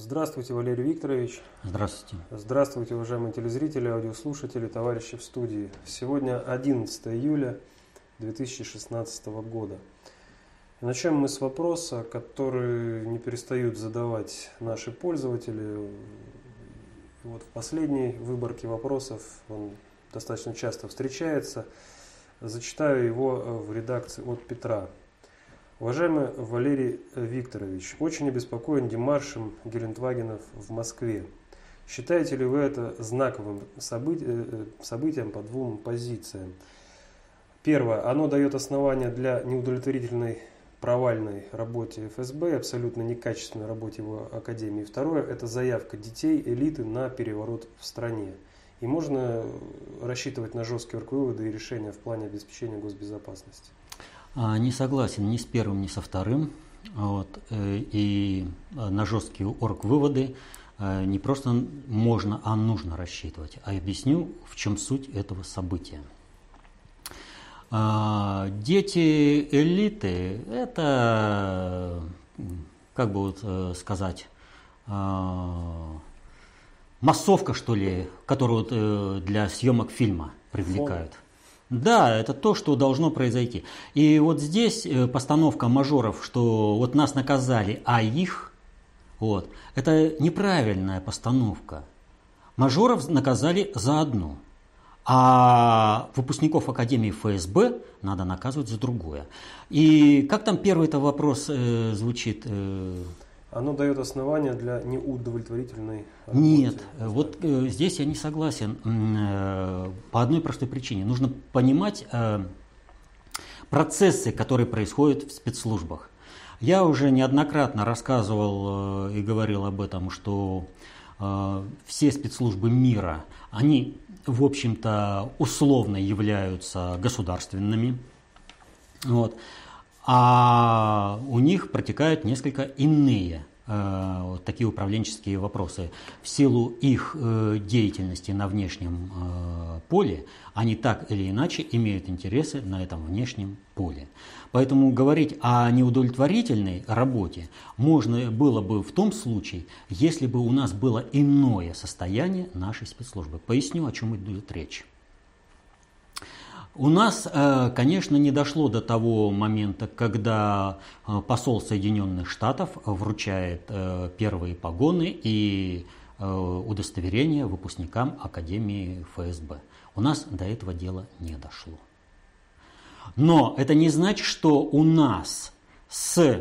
Здравствуйте, Валерий Викторович. Здравствуйте. Здравствуйте, уважаемые телезрители, аудиослушатели, товарищи в студии. Сегодня 11 июля 2016 года. И начнем мы с вопроса, который не перестают задавать наши пользователи. И вот в последней выборке вопросов он достаточно часто встречается. Зачитаю его в редакции от Петра. Уважаемый Валерий Викторович, очень обеспокоен демаршем Гелендвагенов в Москве. Считаете ли вы это знаковым событием по двум позициям? Первое. Оно дает основания для неудовлетворительной провальной работе ФСБ и абсолютно некачественной работе его академии. Второе. Это заявка детей, элиты на переворот в стране. И можно рассчитывать на жесткие оргвыводы и решения в плане обеспечения госбезопасности. Не согласен ни с первым, ни со вторым. И на жесткие оргвыводы не просто можно, а нужно рассчитывать. А объясню, в чем суть этого события. Дети элиты – это, как бы сказать, массовка, что ли, которую для съемок фильма привлекают. Да, это то, что должно произойти. И вот здесь постановка мажоров, что вот нас наказали, а их, это неправильная постановка. Мажоров наказали за одно, а выпускников Академии ФСБ надо наказывать за другое. И как там первый-то вопрос звучит? Оно дает основания для неудовлетворительной работы. Нет, вот здесь я не согласен по одной простой причине. Нужно понимать процессы, которые происходят в спецслужбах. Я уже неоднократно рассказывал и говорил об этом, что все спецслужбы мира, они, в общем-то, условно являются государственными. А у них протекают несколько иные такие управленческие вопросы. В силу их деятельности на внешнем поле, они так или иначе имеют интересы на этом внешнем поле. Поэтому говорить о неудовлетворительной работе можно было бы в том случае, если бы у нас было иное состояние нашей спецслужбы. Поясню, о чем идет речь. У нас, конечно, не дошло до того момента, когда посол Соединенных Штатов вручает первые погоны и удостоверения выпускникам Академии ФСБ. У нас до этого дела не дошло. Но это не значит, что у нас с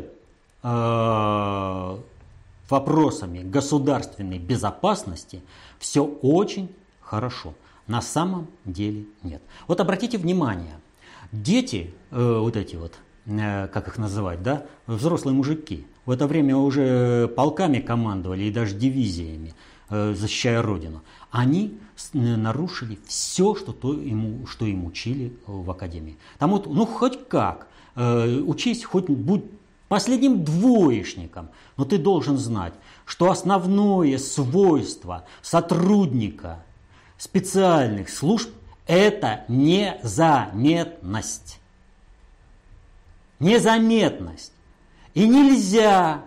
вопросами государственной безопасности все очень хорошо. На самом деле нет. Вот обратите внимание, дети, как их называть, да, взрослые мужики, в это время уже полками командовали и даже дивизиями, защищая Родину. Они нарушили все, что им учили в академии. Там хоть как, учись, хоть будь последним двоечником, но ты должен знать, что основное свойство сотрудника специальных служб – это незаметность. Незаметность. И нельзя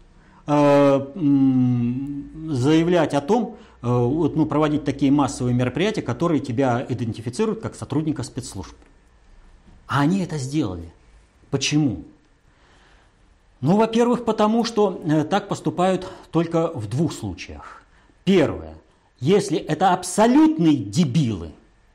заявлять о том, проводить такие массовые мероприятия, которые тебя идентифицируют как сотрудника спецслужб. А они это сделали. Почему? Во-первых, потому что так поступают только в двух случаях. Первое. Если это абсолютные дебилы,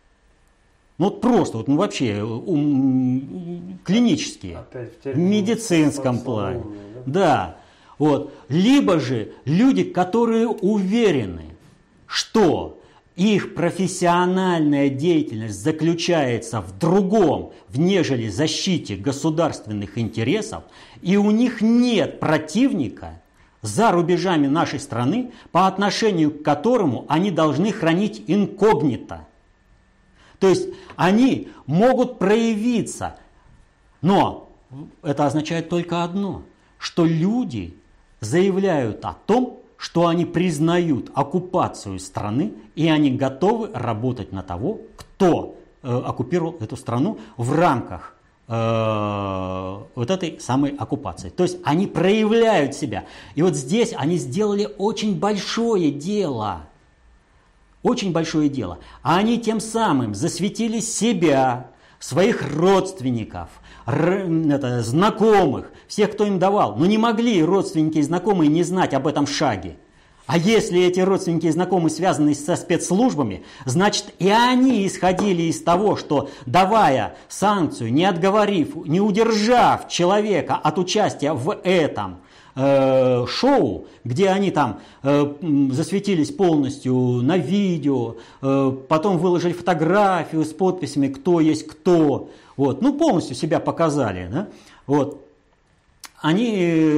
вообще клинические, в медицинском плане, да, либо же люди, которые уверены, что их профессиональная деятельность заключается в другом, нежели защите государственных интересов, и у них нет противника за рубежами нашей страны, по отношению к которому они должны хранить инкогнито. То есть они могут проявиться, но это означает только одно, что люди заявляют о том, что они признают оккупацию страны, и они готовы работать на того, кто оккупировал эту страну в рамках вот этой самой оккупации. То есть они проявляют себя. И вот здесь они сделали очень большое дело. Очень большое дело. А они тем самым засветили себя, своих родственников, знакомых, всех, кто им давал. Но не могли родственники и знакомые не знать об этом шаге. А если эти родственники и знакомые связаны со спецслужбами, значит и они исходили из того, что давая санкцию, не отговорив, не удержав человека от участия в этом шоу, где они там засветились полностью на видео, потом выложили фотографию с подписями «Кто есть кто», вот, ну полностью себя показали, да, вот. Они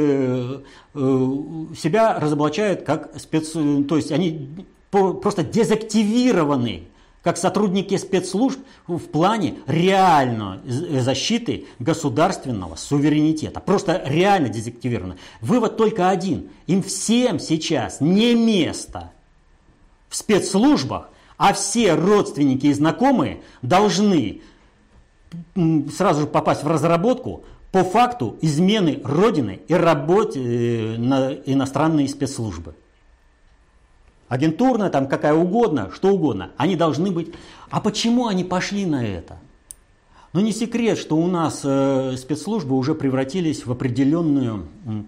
себя разоблачают как то есть они просто дезактивированы как сотрудники спецслужб в плане реальной защиты государственного суверенитета. Просто реально дезактивированы. Вывод только один. Им всем сейчас не место в спецслужбах, а все родственники и знакомые должны сразу же попасть в разработку по факту измены Родины и работе на иностранные спецслужбы. Агентурная, там какая угодно, что угодно. Они должны быть. А почему они пошли на это? Ну не секрет, что у нас спецслужбы уже превратились в определенную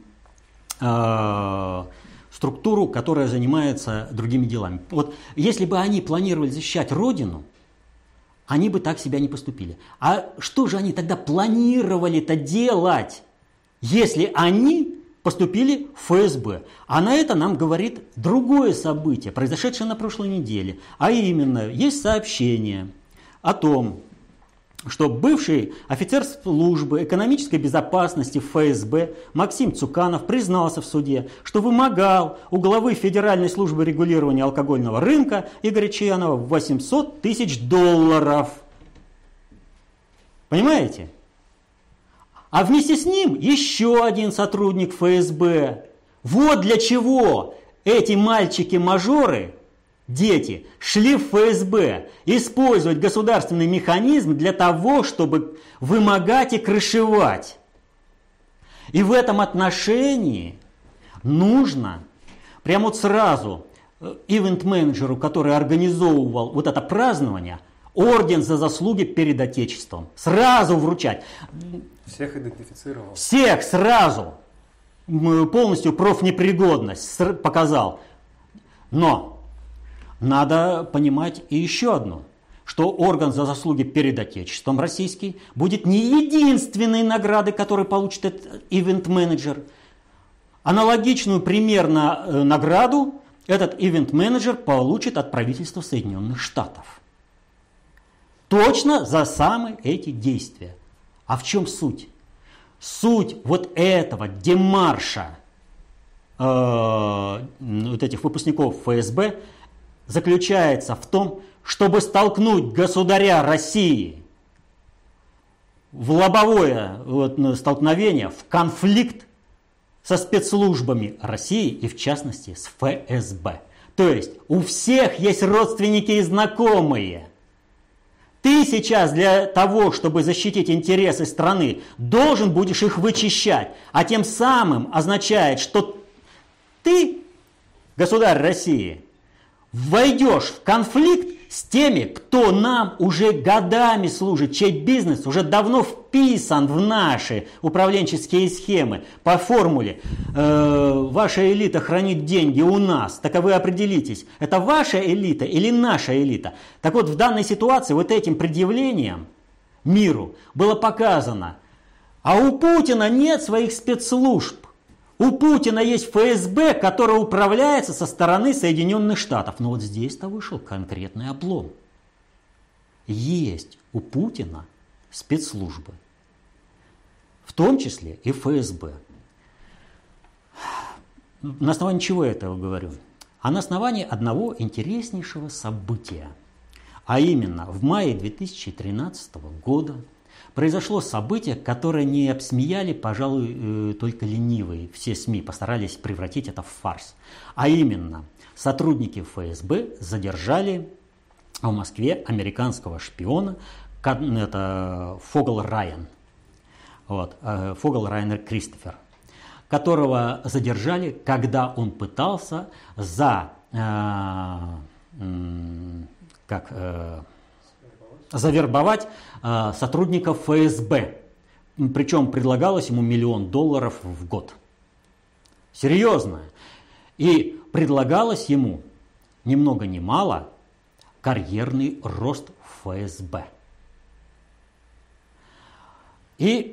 структуру, которая занимается другими делами. Вот если бы они планировали защищать Родину, они бы так себя не поступили. А что же они тогда планировали-то делать, если они поступили в ФСБ? А на это нам говорит другое событие, произошедшее на прошлой неделе. А именно, есть сообщение о том, что бывший офицер службы экономической безопасности ФСБ Максим Цуканов признался в суде, что вымогал у главы Федеральной службы регулирования алкогольного рынка Игоря Чаянова $800 тысяч. Понимаете? А вместе с ним еще один сотрудник ФСБ. Вот для чего эти мальчики-мажоры, дети, шли в ФСБ использовать государственный механизм для того, чтобы вымогать и крышевать. И в этом отношении нужно прямо вот сразу ивент-менеджеру, который организовывал вот это празднование, орден за заслуги перед Отечеством. Сразу вручать. Всех идентифицировал. Всех сразу. Полностью профнепригодность показал. Но надо понимать и еще одно, что орден за заслуги перед Отечеством российский будет не единственной наградой, которую получит этот ивент-менеджер. Аналогичную примерно награду этот ивент-менеджер получит от правительства Соединенных Штатов. Точно за самые эти действия. А в чем суть? Суть вот этого демарша вот этих выпускников ФСБ заключается в том, чтобы столкнуть государя России в лобовое столкновение, в конфликт со спецслужбами России и в частности с ФСБ. То есть у всех есть родственники и знакомые. Ты сейчас для того, чтобы защитить интересы страны, должен будешь их вычищать. А тем самым означает, что ты, государь России, войдешь в конфликт с теми, кто нам уже годами служит, чей бизнес уже давно вписан в наши управленческие схемы по формуле «Ваша элита хранит деньги у нас». Так а вы определитесь, это ваша элита или наша элита? Так вот, в данной ситуации вот этим предъявлением миру было показано, а у Путина нет своих спецслужб. У Путина есть ФСБ, который управляется со стороны Соединенных Штатов. Но вот здесь-то вышел конкретный облом. Есть у Путина спецслужбы, в том числе и ФСБ. На основании чего я этого говорю? А на основании одного интереснейшего события. А именно, в мае 2013 года произошло событие, которое не обсмеяли, пожалуй, только ленивые. Все СМИ постарались превратить это в фарс. А именно, сотрудники ФСБ задержали в Москве американского шпиона, это Фогл Райан. Вот, Фогел Райнер Кристофер, которого задержали, когда он пытался завербовать сотрудников ФСБ. Причем предлагалось ему $1 миллион в год. Серьезно. И предлагалось ему ни много ни мало карьерный рост в ФСБ. И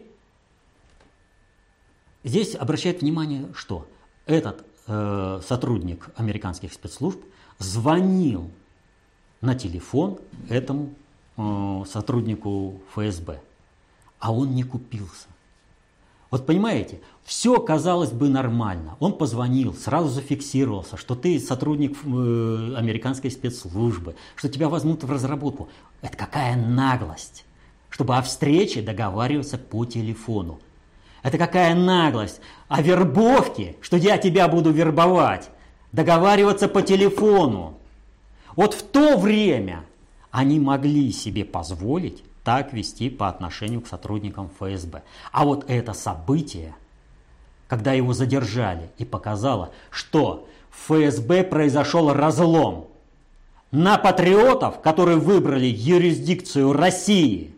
здесь обращает внимание, что этот сотрудник американских спецслужб звонил на телефон этому сотруднику ФСБ, а он не купился. Вот понимаете, все казалось бы нормально. Он позвонил, сразу зафиксировался, что ты сотрудник американской спецслужбы, что тебя возьмут в разработку. Это какая наглость, чтобы о встрече договариваться по телефону. Это какая наглость о вербовке, что я тебя буду вербовать, договариваться по телефону. Вот в то время они могли себе позволить так вести по отношению к сотрудникам ФСБ. А вот это событие, когда его задержали, и показало, что в ФСБ произошел разлом на патриотов, которые выбрали юрисдикцию России,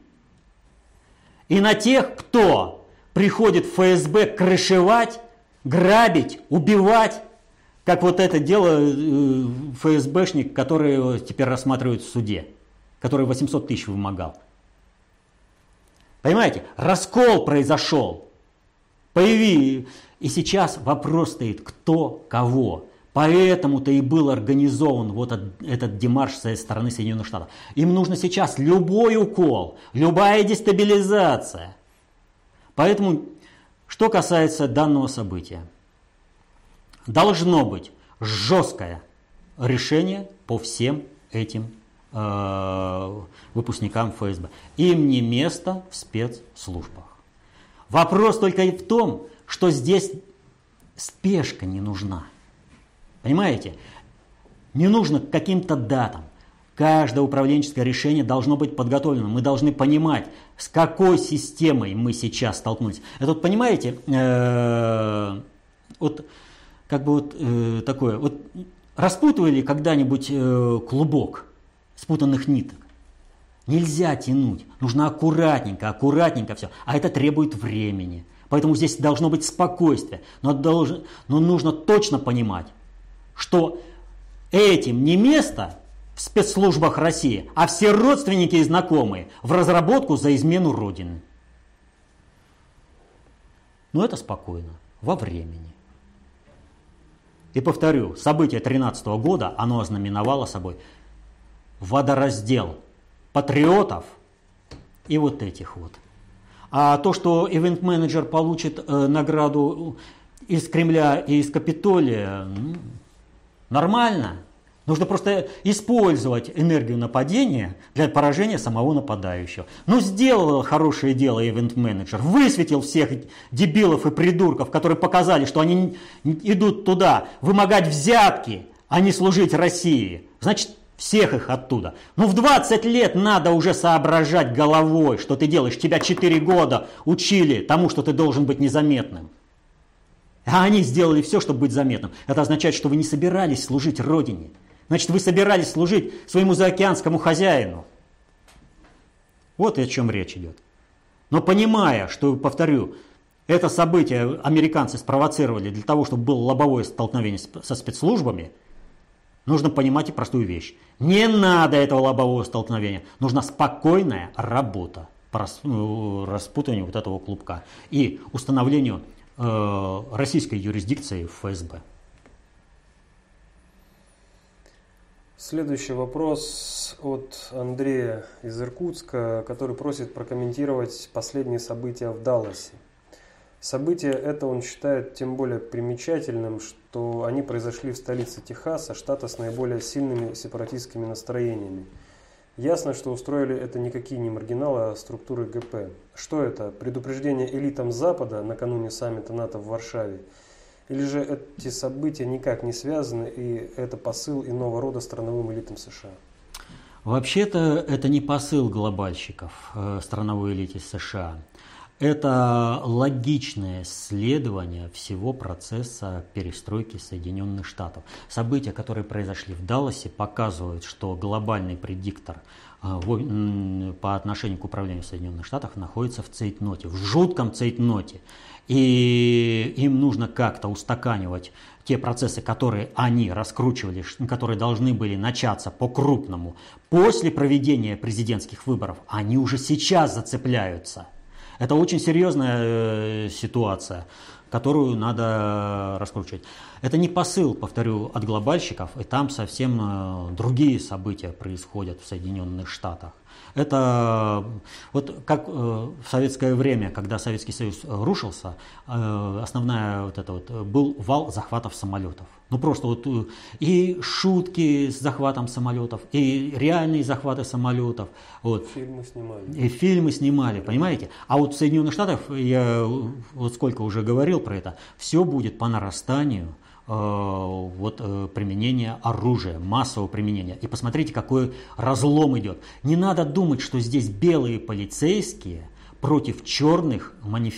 и на тех, кто приходит в ФСБ крышевать, грабить, убивать, как вот это дело ФСБшник, который теперь рассматривают в суде, который 800 тысяч вымогал. Понимаете, раскол произошел. И сейчас вопрос стоит, кто кого. Поэтому-то и был организован вот этот демарш со стороны Соединенных Штатов. Им нужно сейчас любой укол, любая дестабилизация. Поэтому, что касается данного события, должно быть жесткое решение по всем этим выпускникам ФСБ. Им не место в спецслужбах. Вопрос только и в том, что здесь спешка не нужна. Понимаете? Не нужно к каким-то датам. Каждое управленческое решение должно быть подготовлено. Мы должны понимать, с какой системой мы сейчас столкнулись. Это вот, понимаете, такое. Вот распутывали когда-нибудь клубок спутанных ниток? Нельзя тянуть. Нужно аккуратненько все. А это требует времени. Поэтому здесь должно быть спокойствие. Но нужно точно понимать, что этим не место в спецслужбах России, а все родственники и знакомые в разработку за измену Родины. Но это спокойно, во времени. И повторю, событие 2013 года, оно ознаменовало собой водораздел патриотов и вот этих вот. А то, что ивент-менеджер получит награду из Кремля и из Капитолия, нормально. Нужно просто использовать энергию нападения для поражения самого нападающего. Сделал хорошее дело ивент-менеджер, высветил всех дебилов и придурков, которые показали, что они идут туда вымогать взятки, а не служить России. Значит, всех их оттуда. В 20 лет надо уже соображать головой, что ты делаешь. Тебя 4 года учили тому, что ты должен быть незаметным. А они сделали все, чтобы быть заметным. Это означает, что вы не собирались служить Родине. Значит, вы собирались служить своему заокеанскому хозяину. Вот и о чем речь идет. Но понимая, что, повторю, это событие американцы спровоцировали для того, чтобы было лобовое столкновение со спецслужбами, нужно понимать и простую вещь. Не надо этого лобового столкновения. Нужна спокойная работа по распутыванию вот этого клубка и установлению российской юрисдикции в ФСБ. Следующий вопрос от Андрея из Иркутска, который просит прокомментировать последние события в Далласе. Событие это он считает тем более примечательным, что они произошли в столице Техаса, штата с наиболее сильными сепаратистскими настроениями. Ясно, что устроили это никакие не маргиналы, а структуры ГП. Что это? Предупреждение элитам Запада накануне саммита НАТО в Варшаве? Или же эти события никак не связаны, и это посыл иного рода страновым элитам США? Вообще-то это не посыл глобальщиков страновой элите США. Это логичное следование всего процесса перестройки Соединенных Штатов. События, которые произошли в Далласе, показывают, что глобальный предиктор по отношению к управлению Соединенных Штатов находится в цейтноте, в жутком цейтноте. И им нужно как-то устаканивать те процессы, которые они раскручивали, которые должны были начаться по-крупному после проведения президентских выборов. Они уже сейчас зацепляются. Это очень серьезная ситуация, которую надо раскручивать. Это не посыл, повторю, от глобальщиков, и там совсем другие события происходят в Соединенных Штатах. Это вот как в советское время, когда Советский Союз рушился, основная был вал захватов самолетов. Ну просто вот и шутки с захватом самолетов, и реальные захваты самолетов. Вот. Фильмы снимали. И фильмы снимали, понимаете? А вот в Соединенных Штатах, я вот сколько уже говорил про это, все будет по нарастанию. Применение оружия, массового применения. И посмотрите, какой разлом идет. Не надо думать, что здесь белые полицейские против черного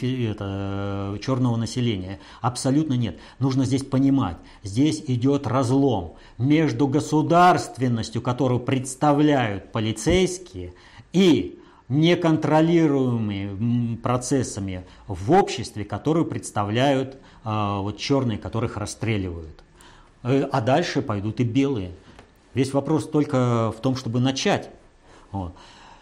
населения. Абсолютно нет. Нужно здесь понимать, здесь идет разлом между государственностью, которую представляют полицейские, и неконтролируемыми процессами в обществе, которые представляют черные, которых расстреливают. А дальше пойдут и белые. Весь вопрос только в том, чтобы начать. Вот.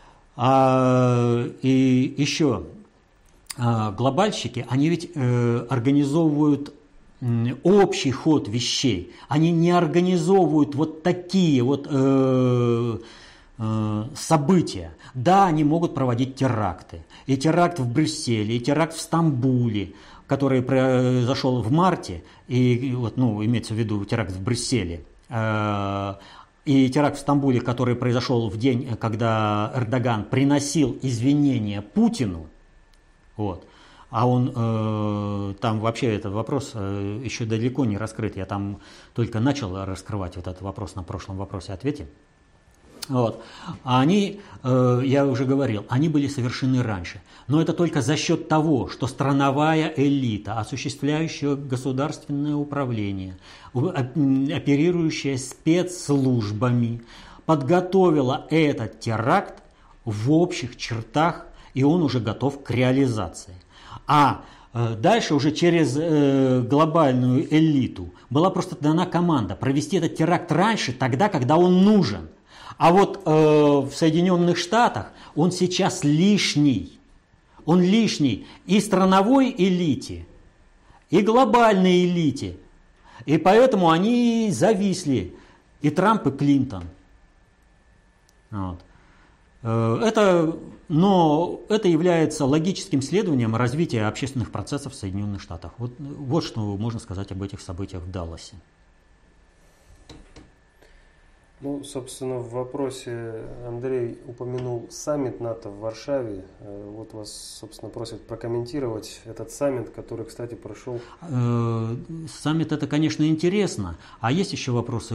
И еще глобальщики, они ведь организовывают общий ход вещей. Они не организовывают вот такие вот события. Да, они могут проводить теракты. И теракт в Брюсселе, и теракт в Стамбуле, который произошел в марте, и имеется в виду теракт в Брюсселе, и теракт в Стамбуле, который произошел в день, когда Эрдоган приносил извинения Путину, вот, а он там вообще этот вопрос еще далеко не раскрыт, я там только начал раскрывать вот этот вопрос на прошлом вопросе-ответе. Вот. А они, я уже говорил, они были совершены раньше. Но это только за счет того, что страновая элита, осуществляющая государственное управление, оперирующая спецслужбами, подготовила этот теракт в общих чертах, и он уже готов к реализации. А дальше уже через глобальную элиту была просто дана команда провести этот теракт раньше, тогда, когда он нужен. А вот в Соединенных Штатах он сейчас лишний. Он лишний и страновой элите, и глобальной элите. И поэтому они зависли. И Трамп, и Клинтон. Вот. Но это является логическим следованием развития общественных процессов в Соединенных Штатах. Вот что можно сказать об этих событиях в Далласе. Ну, собственно, в вопросе Андрей упомянул саммит НАТО в Варшаве. Вот вас, собственно, просят прокомментировать этот саммит, который, кстати, прошел. Саммит это, конечно, интересно. А есть еще вопросы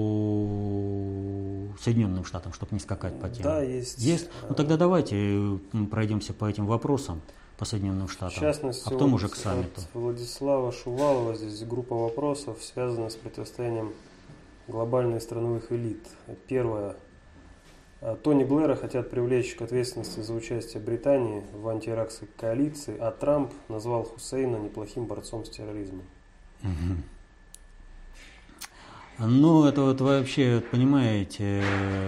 по Соединенным Штатам, чтобы не скакать по теме? Да, есть. Есть? Ну, тогда давайте пройдемся по этим вопросам по Соединенным Штатам. В частности, а потом уже к саммиту. От Владислава Шувалова здесь группа вопросов, связанных с противостоянием глобальных страновых элит. Первое. Тони Блэра хотят привлечь к ответственности за участие Британии в антииракской коалиции, а Трамп назвал Хусейна неплохим борцом с терроризмом. Ну, это вот вообще, понимаете,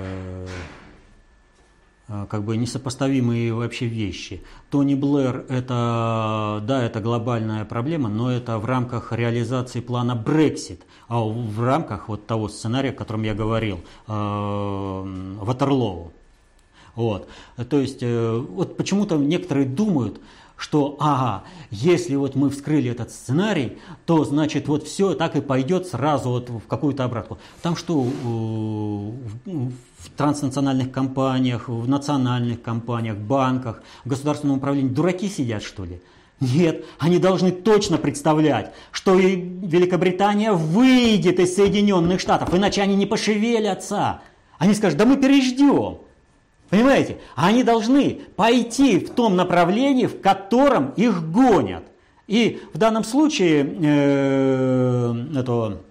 как бы несопоставимые вообще вещи. Тони Блэр, это глобальная проблема, но это в рамках реализации плана Brexit, а в рамках вот того сценария, о котором я говорил, Ватерлоу. Вот. То есть, вот почему-то некоторые думают, что, если вот мы вскрыли этот сценарий, то, значит, вот все так и пойдет сразу вот в какую-то обратку. Там что, в транснациональных компаниях, в национальных компаниях, банках, в государственном управлении дураки сидят, что ли? Нет, они должны точно представлять, что и Великобритания выйдет из Соединенных Штатов, иначе они не пошевелятся. Они скажут, да мы переждем. Понимаете? Они должны пойти в том направлении, в котором их гонят. И в данном случае этого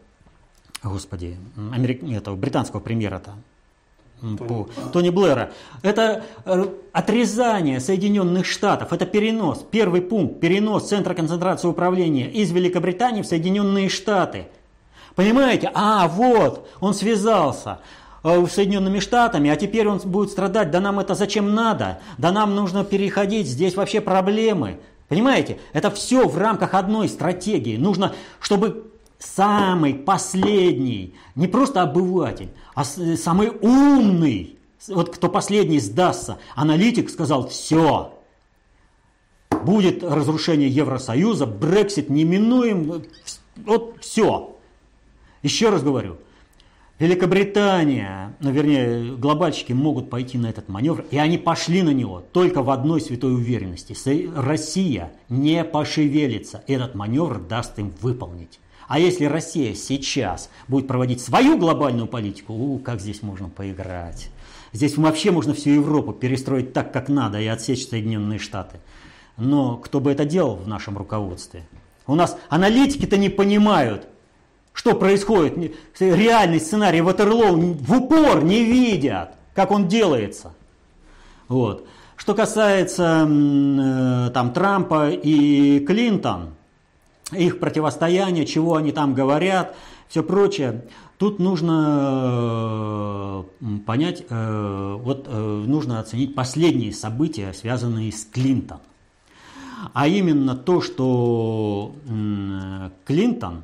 британского премьера-то, Тони Блэра, это отрезание Соединенных Штатов, это перенос, первый пункт, перенос центра концентрации управления из Великобритании в Соединенные Штаты. Понимаете? Вот, он связался с Соединенными Штатами, а теперь он будет страдать, да нам это зачем надо, да нам нужно переходить, здесь вообще проблемы. Понимаете? Это все в рамках одной стратегии. Нужно, чтобы самый последний, не просто обыватель, а самый умный, вот кто последний сдастся, аналитик сказал: все, будет разрушение Евросоюза, Брексит неминуем, вот все. Еще раз говорю, Великобритания, вернее, глобальщики могут пойти на этот маневр, и они пошли на него только в одной святой уверенности. Россия не пошевелится, этот маневр даст им выполнить. А если Россия сейчас будет проводить свою глобальную политику, как здесь можно поиграть. Здесь вообще можно всю Европу перестроить так, как надо, и отсечь Соединенные Штаты. Но кто бы это делал в нашем руководстве? У нас аналитики-то не понимают, что происходит. Реальный сценарий Ватерлоу в упор не видят, как он делается. Вот. Что касается Трампа и Клинтон, их противостояние, чего они там говорят, все прочее, тут нужно понять, нужно оценить последние события, связанные с Клинтон. А именно то, что Клинтон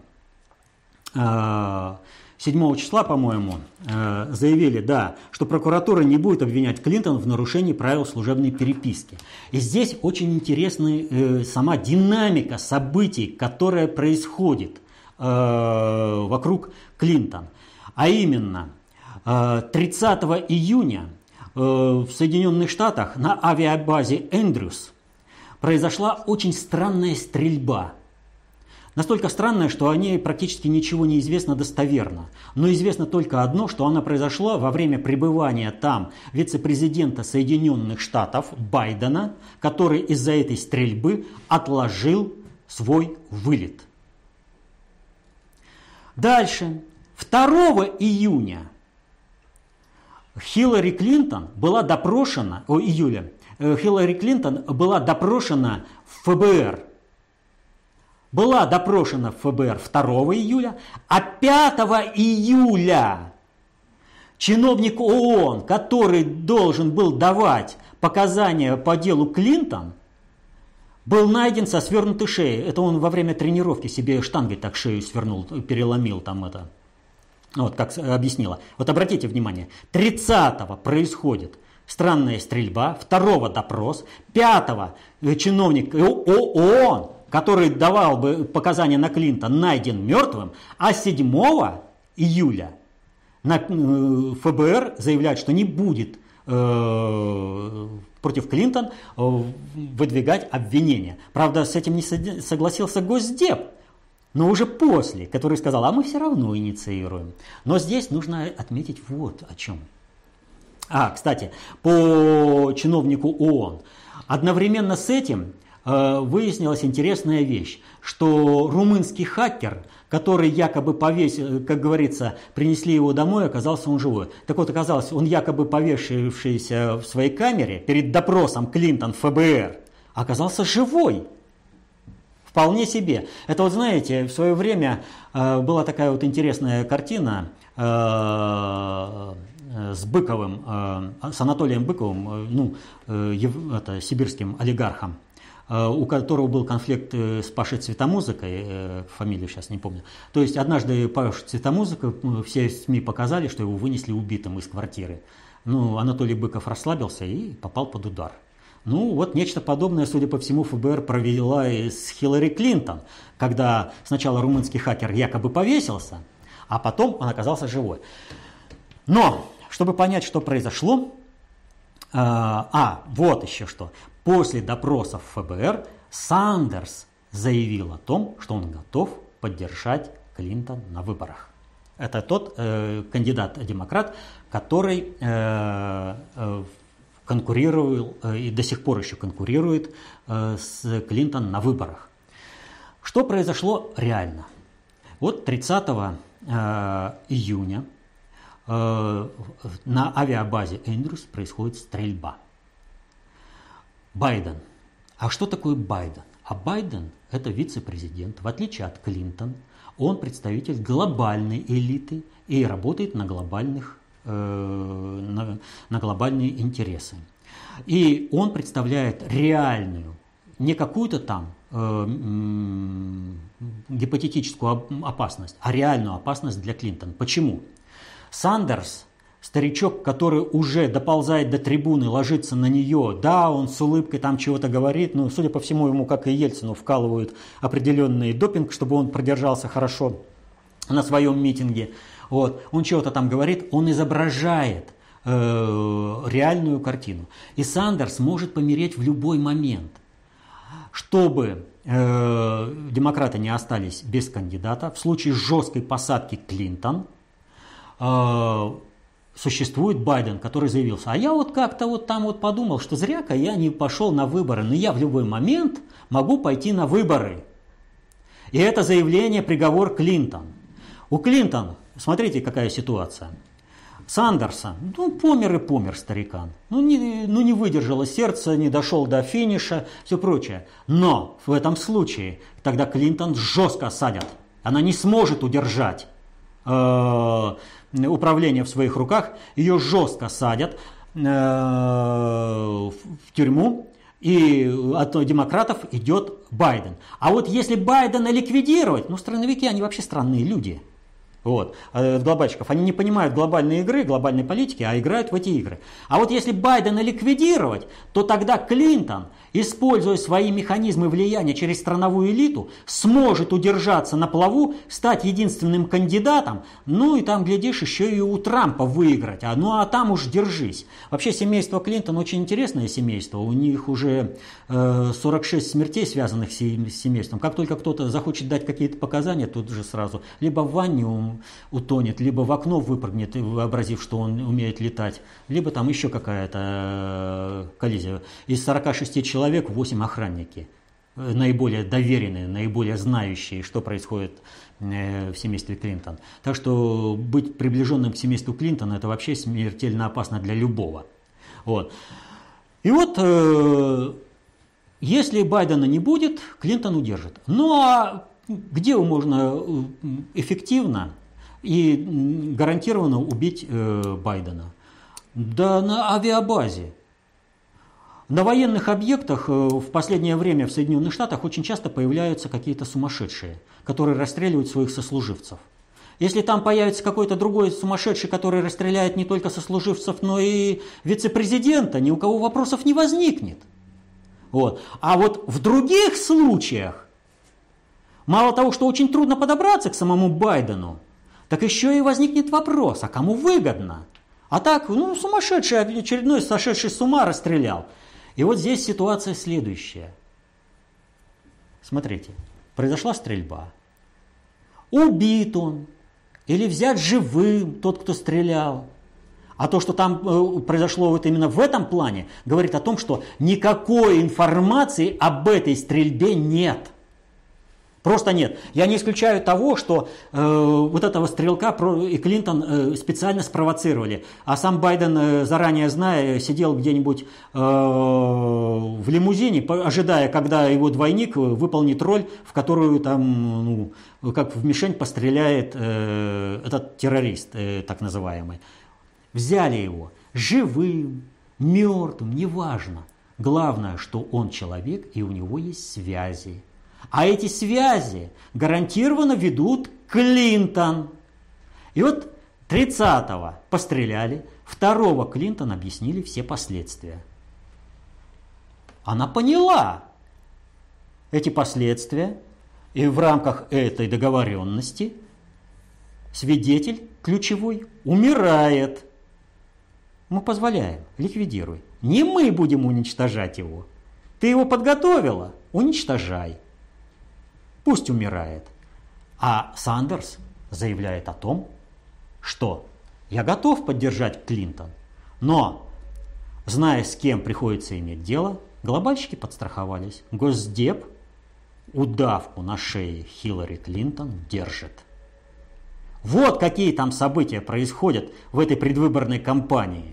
7 числа, по-моему, заявили, что прокуратура не будет обвинять Клинтон в нарушении правил служебной переписки. И здесь очень интересна сама динамика событий, которая происходит вокруг Клинтон. А именно, 30 июня в Соединенных Штатах на авиабазе Эндрюс произошла очень странная стрельба. Настолько странная, что о ней практически ничего не известно достоверно. Но известно только одно, что она произошла во время пребывания там вице-президента Соединенных Штатов Байдена, который из-за этой стрельбы отложил свой вылет. Дальше. 2 июня Хиллари Клинтон была допрошена, Хиллари Клинтон была допрошена в ФБР. Была допрошена в ФБР 2 июля, а 5 июля чиновник ООН, который должен был давать показания по делу Клинтон, был найден со свернутой шеей. Это он во время тренировки себе штангой так шею свернул, переломил там это. Вот как объяснила. Вот обратите внимание, 30-го происходит странная стрельба, 2-го допрос, 5-го чиновник ООН, который давал бы показания на Клинтон, найден мертвым, а 7 июля ФБР заявляет, что не будет против Клинтон выдвигать обвинения. Правда, с этим не согласился Госдеп, но уже после, который сказал, а мы все равно инициируем. Но здесь нужно отметить вот о чем. Кстати, по чиновнику ООН. Одновременно с этим выяснилась интересная вещь, что румынский хакер, который якобы повесил, как говорится, принесли его домой, оказался он живой. Так вот, оказалось, он якобы повешившийся в своей камере перед допросом Клинтон в ФБР, оказался живой. Вполне себе. Это вот знаете, в свое время была такая вот интересная картина с Быковым, с Анатолием Быковым, сибирским олигархом, у которого был конфликт с Пашей Цветомузыкой, фамилию сейчас не помню. То есть однажды Паша Цветомузыка, все СМИ показали, что его вынесли убитым из квартиры. Анатолий Быков расслабился и попал под удар. Вот нечто подобное, судя по всему, ФБР провела и с Хиллари Клинтон, когда сначала румынский хакер якобы повесился, а потом он оказался живой. Но, чтобы понять, что произошло, вот еще что. После допросов ФБР Сандерс заявил о том, что он готов поддержать Клинтон на выборах. Это тот кандидат-демократ, который конкурировал и до сих пор еще конкурирует с Клинтон на выборах. Что произошло реально? Вот 30 июня на авиабазе Эндрюс происходит стрельба. Байден. А что такое Байден? А Байден – это вице-президент. В отличие от Клинтон, он представитель глобальной элиты и работает на глобальные интересы. И он представляет реальную, не какую-то там гипотетическую опасность, а реальную опасность для Клинтон. Почему? Сандерс, старичок, который уже доползает до трибуны, ложится на нее, да, он с улыбкой там чего-то говорит, но, судя по всему, ему, как и Ельцину, вкалывают определенный допинг, чтобы он продержался хорошо на своем митинге. Вот. Он чего-то там говорит, он изображает реальную картину. И Сандерс может помереть в любой момент. Чтобы демократы не остались без кандидата, в случае жесткой посадки Клинтон, существует Байден, который заявился: а я вот как-то вот там вот подумал, что зря-ка я не пошел на выборы, но я в любой момент могу пойти на выборы. И это заявление приговор Клинтон. У Клинтон, смотрите, какая ситуация. Сандерса, помер старикан. Не выдержало сердце, не дошел до финиша, все прочее. Но в этом случае тогда Клинтон жестко осадят. Она не сможет удержать управление в своих руках. Ее жестко садят в тюрьму. И от демократов идет Байден. А вот если Байдена ликвидировать, страновики, они вообще странные люди. Вот, глобальщиков, они не понимают глобальной игры, глобальной политики, а играют в эти игры. А вот если Байдена ликвидировать, то тогда Клинтон, используя свои механизмы влияния через страновую элиту, сможет удержаться на плаву, стать единственным кандидатом, и там, глядишь, еще и у Трампа выиграть. А там уж держись. Вообще семейство Клинтон очень интересное семейство. У них уже 46 смертей, связанных с семейством. Как только кто-то захочет дать какие-то показания, тут же сразу либо в ванне утонет, либо в окно выпрыгнет, вообразив, что он умеет летать, либо там еще какая-то коллизия. Из 46 человек 8 охранники, наиболее доверенные, наиболее знающие, что происходит в семействе Клинтон. Так что быть приближенным к семейству Клинтон — это вообще смертельно опасно для любого. Вот. И вот, если Байдена не будет, Клинтон удержит. А где можно эффективно и гарантированно убить Байдена? Да на авиабазе. На военных объектах в последнее время в Соединенных Штатах очень часто появляются какие-то сумасшедшие, которые расстреливают своих сослуживцев. Если там появится какой-то другой сумасшедший, который расстреляет не только сослуживцев, но и вице-президента, ни у кого вопросов не возникнет. Вот. А вот в других случаях, мало того, что очень трудно подобраться к самому Байдену, так еще и возникнет вопрос, а кому выгодно? А так, сумасшедший, очередной сошедший с ума расстрелял. И вот здесь ситуация следующая. Смотрите, произошла стрельба. Убит он или взят живым тот, кто стрелял. А то, что там произошло вот именно в этом плане, говорит о том, что никакой информации об этой стрельбе нет. Просто нет. Я не исключаю того, что вот этого стрелка и Клинтон специально спровоцировали. А сам Байден, заранее зная, сидел где-нибудь в лимузине, ожидая, когда его двойник выполнит роль, в которую там, как в мишень постреляет этот террорист, так называемый. Взяли его живым, мертвым, неважно. Главное, что он человек и у него есть связи. А эти связи гарантированно ведут Клинтон. И вот 30-го постреляли, 2-го Клинтон объяснили все последствия. Она поняла эти последствия, и в рамках этой договоренности свидетель ключевой умирает. Мы позволяем, ликвидируй. Не мы будем уничтожать его. Ты его подготовила, уничтожай. Пусть умирает. А Сандерс заявляет о том, что я готов поддержать Клинтон, но зная, с кем приходится иметь дело, глобальщики подстраховались. Госдеп удавку на шее Хиллари Клинтон держит. Вот какие там события происходят в этой предвыборной кампании.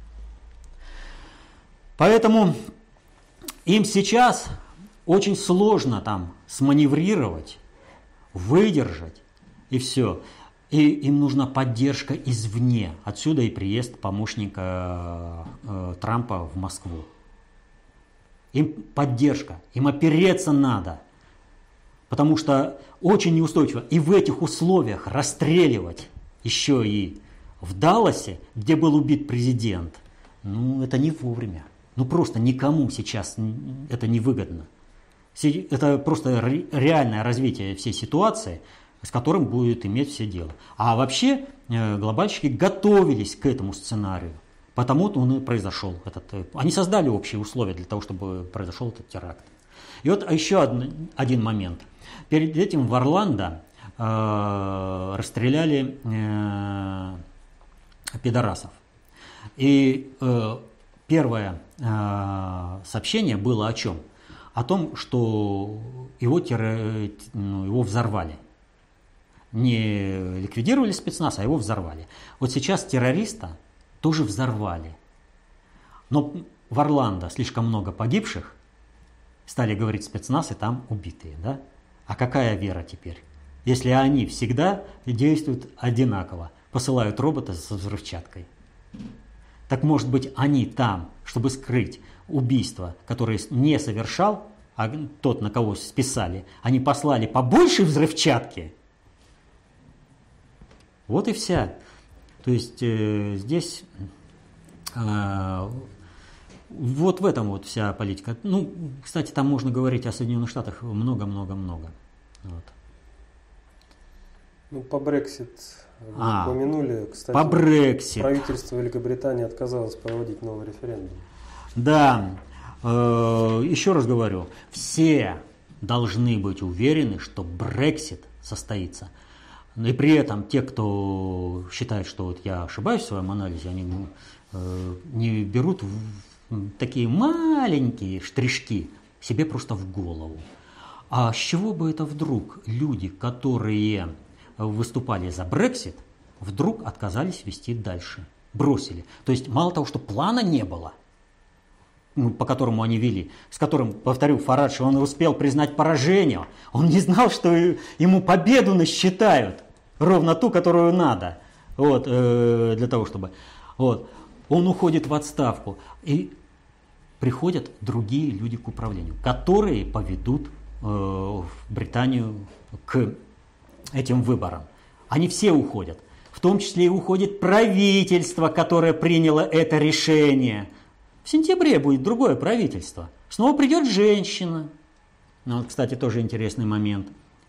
Поэтому им сейчас очень сложно там сманеврировать, выдержать и все. И им нужна поддержка извне. Отсюда и приезд помощника Трампа в Москву. Им поддержка, им опереться надо. Потому что очень неустойчиво. И в этих условиях расстреливать еще и в Далласе, где был убит президент, это не вовремя. Просто никому сейчас это не выгодно. Это просто реальное развитие всей ситуации, с которым будет иметь все дело. А вообще глобальщики готовились к этому сценарию. Потому-то он и произошел. Они создали общие условия для того, чтобы произошел этот теракт. И вот еще один момент. Перед этим в Орландо расстреляли пидорасов. И первое сообщение было о чем? О том, что его взорвали. Не ликвидировали спецназ, а его взорвали. Вот сейчас террориста тоже взорвали. Но в Орландо слишком много погибших, стали говорить спецназ, и там убитые. Да? А какая вера теперь? Если они всегда действуют одинаково, посылают робота со взрывчаткой. Так может быть они там, чтобы скрыть убийство, которое не совершал, а тот, на кого списали, они послали побольше взрывчатки? Вот и вся. То есть здесь вот в этом вот вся политика. Кстати, там можно говорить о Соединенных Штатах много-много-много. Вот. По Брексит упомянули, кстати. По Брексит. Правительство Великобритании отказалось проводить новый референдум. Да, еще раз говорю, все должны быть уверены, что Брексит состоится. И при этом те, кто считает, что вот я ошибаюсь в своем анализе, они не берут такие маленькие штришки себе просто в голову. А с чего бы это вдруг люди, которые выступали за Брексит, вдруг отказались вести дальше, бросили? То есть мало того, что плана не было, по которому они вели, с которым, повторю, Фарадж, он успел признать поражение, он не знал, что ему победу насчитают, ровно ту, которую надо, для того, чтобы... Он уходит в отставку, и приходят другие люди к управлению, которые поведут Британию к этим выборам. Они все уходят. В том числе и уходит правительство, которое приняло это решение. В сентябре будет другое правительство. Снова придет женщина. Кстати, тоже интересный момент.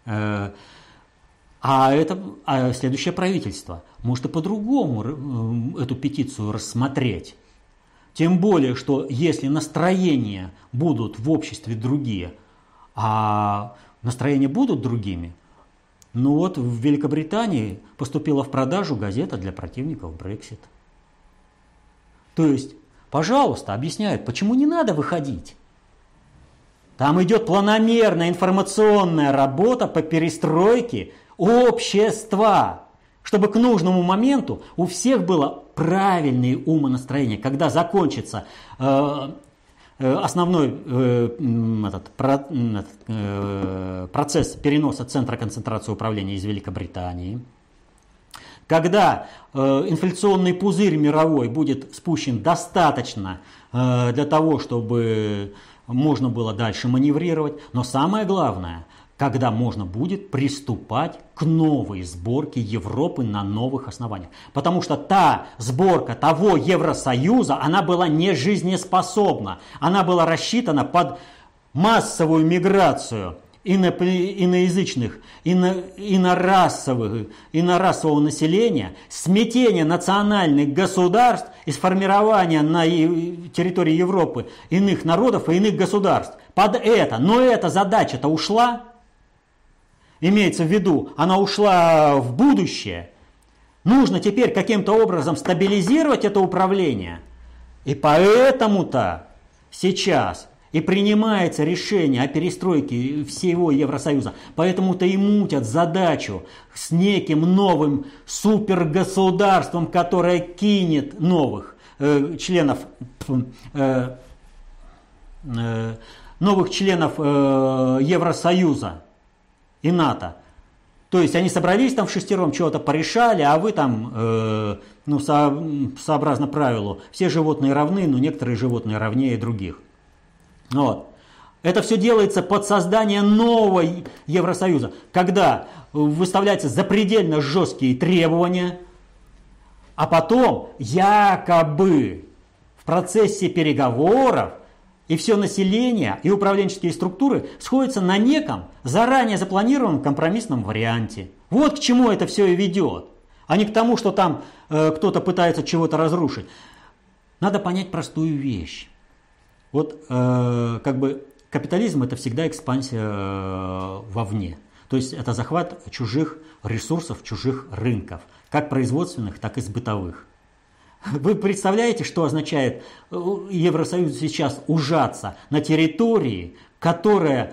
А следующее правительство может и по-другому эту петицию рассмотреть. Тем более, что если настроения будут в обществе другие, а настроения будут другими, в Великобритании поступила в продажу газета для противников Брексит. То есть, пожалуйста, объясняют, почему не надо выходить. Там идет планомерная информационная работа по перестройке общества, чтобы к нужному моменту у всех было правильное умонастроение. Когда закончится основной процесс переноса центра концентрации управления из Великобритании, когда инфляционный пузырь мировой будет спущен достаточно для того, чтобы можно было дальше маневрировать, но самое главное, когда можно будет приступать к новой сборке Европы на новых основаниях. Потому что та сборка того Евросоюза, она была не жизнеспособна. Она была рассчитана под массовую миграцию иноязычных, инорасового населения, смятение национальных государств и сформирование на территории Европы иных народов и иных государств. Под это. Но эта задача-то ушла. Имеется в виду, она ушла в будущее. Нужно теперь каким-то образом стабилизировать это управление. И поэтому-то сейчас и принимается решение о перестройке всего Евросоюза. Поэтому-то и мутят задачу с неким новым супергосударством, которое кинет новых членов Евросоюза и НАТО. То есть они собрались там вшестером, чего-то порешали, а вы там, сообразно правилу, все животные равны, но некоторые животные равнее других. Вот. Это все делается под создание нового Евросоюза, когда выставляются запредельно жесткие требования, а потом якобы в процессе переговоров и все население, и управленческие структуры сходятся на неком заранее запланированном компромиссном варианте. Вот к чему это все и ведет, а не к тому, что там кто-то пытается чего-то разрушить. Надо понять простую вещь. Вот капитализм – это всегда экспансия вовне. То есть это захват чужих ресурсов, чужих рынков, как производственных, так и бытовых. Вы представляете, что означает Евросоюз сейчас ужаться на территории, которая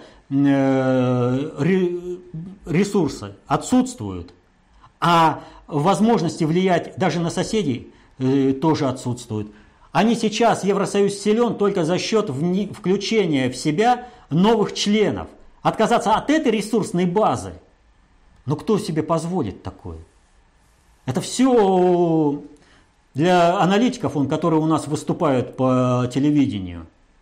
ресурсы отсутствуют, а возможности влиять даже на соседей тоже отсутствуют. Они сейчас, Евросоюз силен только за счет включения в себя новых членов. Отказаться от этой ресурсной базы. Но кто себе позволит такое? Это все для аналитиков, которые у нас выступают по телевидению.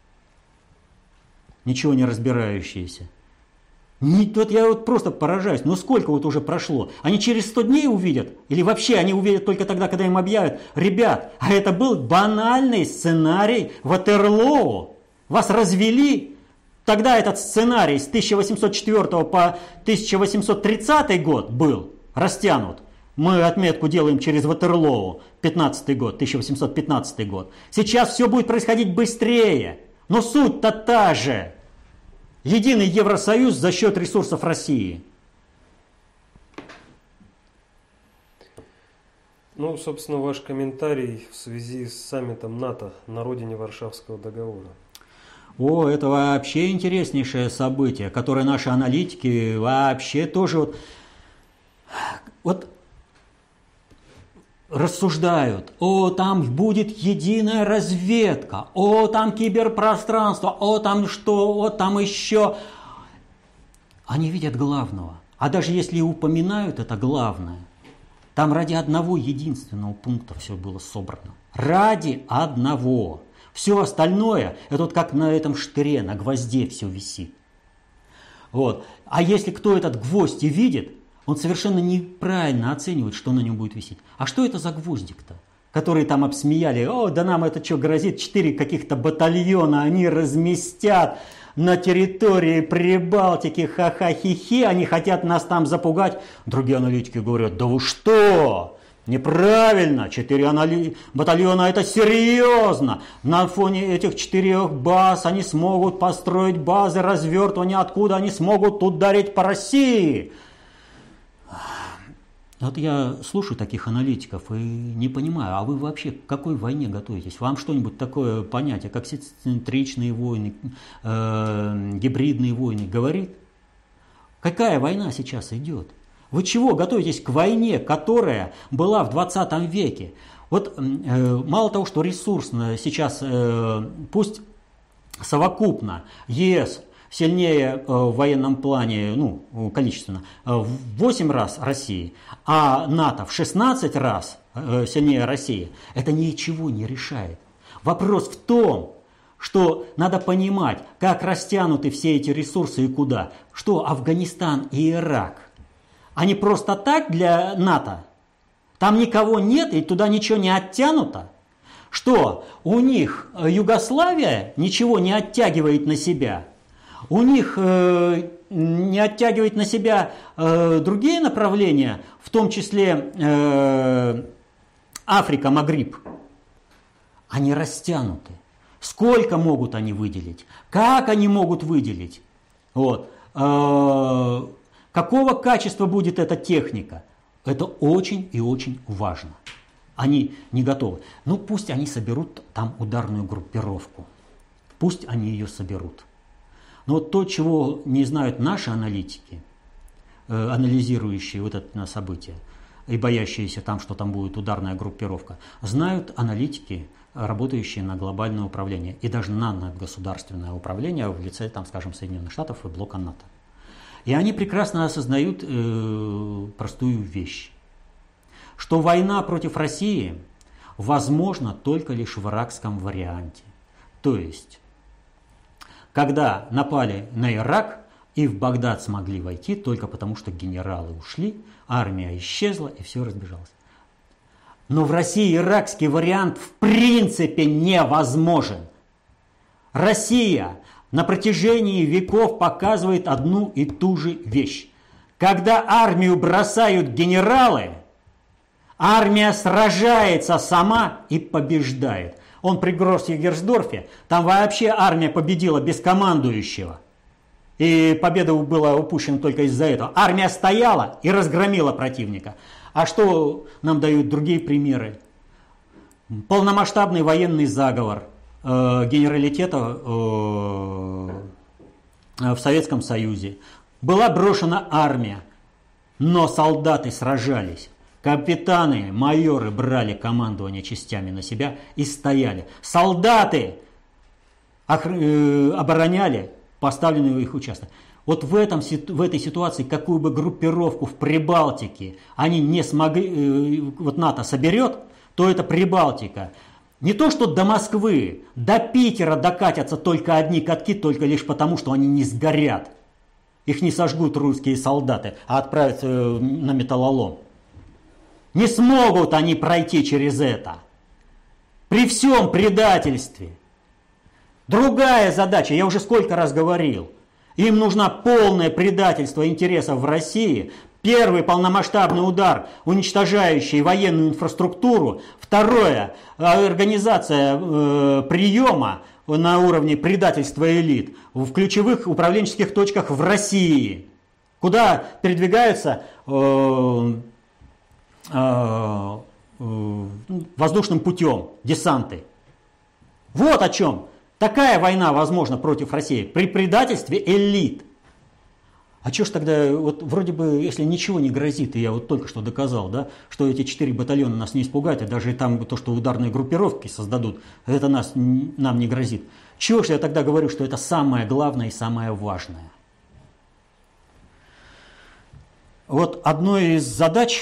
Ничего не разбирающиеся. Я просто поражаюсь. Сколько уже прошло? Они через 100 дней увидят? Или вообще они увидят только тогда, когда им объявят: ребят, а это был банальный сценарий Ватерлоо. Вас развели. Тогда этот сценарий с 1804 по 1830 год был растянут. Мы отметку делаем через Ватерлоо, 15 год, 1815 год. Сейчас все будет происходить быстрее. Но суть-то та же. Единый Евросоюз за счет ресурсов России. Собственно, ваш комментарий в связи с саммитом НАТО на родине Варшавского договора. Это вообще интереснейшее событие, которое наши аналитики вообще тоже рассуждают. Там будет единая разведка, там киберпространство, там что, там еще. Они видят главного. А даже если и упоминают это главное, там ради одного единственного пункта все было собрано. Ради одного. Все остальное, это как на этом штыре, на гвозде все висит. А если кто этот гвоздь и видит, он совершенно неправильно оценивает, что на нем будет висеть. А что это за гвоздик-то? Которые там обсмеяли: да нам это что грозит, 4 каких-то батальона они разместят на территории Прибалтики, ха-ха-хи-хи, они хотят нас там запугать. Другие аналитики говорят: да вы что? Неправильно, 4 батальона это серьезно. На фоне этих 4 баз они смогут построить базы развертывания, откуда они смогут ударить по России. Я слушаю таких аналитиков и не понимаю, а вы вообще к какой войне готовитесь? Вам что-нибудь такое понятие, как симметричные войны, гибридные войны говорит? Какая война сейчас идет? Вы чего готовитесь к войне, которая была в 20 веке? Мало того, что ресурсно сейчас, пусть совокупно, ЕС сильнее в военном плане, количественно, в 8 раз России, а НАТО в 16 раз сильнее России, это ничего не решает. Вопрос в том, что надо понимать, как растянуты все эти ресурсы и куда. Что Афганистан и Ирак, они просто так для НАТО? Там никого нет и туда ничего не оттянуто? Что у них Югославия ничего не оттягивает на себя? У них не оттягивает на себя другие направления, в том числе Африка, Магриб. Они растянуты. Сколько могут они выделить? Как они могут выделить? Какого качества будет эта техника? Это очень и очень важно. Они не готовы. Ну пусть они соберут там ударную группировку. Пусть они ее соберут. Но вот то, чего не знают наши аналитики, анализирующие вот это событие, и боящиеся там, что там будет ударная группировка, знают аналитики, работающие на глобальное управление и даже на надгосударственное управление в лице, там, скажем, Соединенных Штатов и блока НАТО. И они прекрасно осознают простую вещь, что война против России возможна только лишь в иракском варианте. То есть, когда напали на Ирак и в Багдад смогли войти только потому, что генералы ушли, армия исчезла и все разбежалось. Но в России иракский вариант в принципе невозможен. Россия на протяжении веков показывает одну и ту же вещь. Когда армию бросают генералы, армия сражается сама и побеждает. Он при Гроссьергерсдорфе, там вообще армия победила без командующего. И победа была упущена только из-за этого. Армия стояла и разгромила противника. А что нам дают другие примеры? Полномасштабный военный заговор генералитета в Советском Союзе. Была брошена армия, но солдаты сражались. Капитаны, майоры брали командование частями на себя и стояли. Солдаты обороняли поставленный в их участок. Вот в этой ситуации, какую бы группировку в Прибалтике они не смогли, вот НАТО соберет, то это Прибалтика. Не то, что до Москвы, до Питера докатятся только одни катки, только лишь потому, что они не сгорят. Их не сожгут русские солдаты, а отправят на металлолом. Не смогут они пройти через это. При всем предательстве. Другая задача, я уже сколько раз говорил. Им нужно полное предательство интересов в России. Первый полномасштабный удар, уничтожающий военную инфраструктуру. Второе, организация приема на уровне предательства элит в ключевых управленческих точках в России, куда передвигаются воздушным путем десанты. Вот о чем. Такая война возможна против России при предательстве элит. А что ж тогда, вот вроде бы, если ничего не грозит, и я вот только что доказал, да, что эти 4 батальона нас не испугают, и даже там то, что ударные группировки создадут, это нам не грозит. Чего ж я тогда говорю, что это самое главное и самое важное? Вот одной из задач,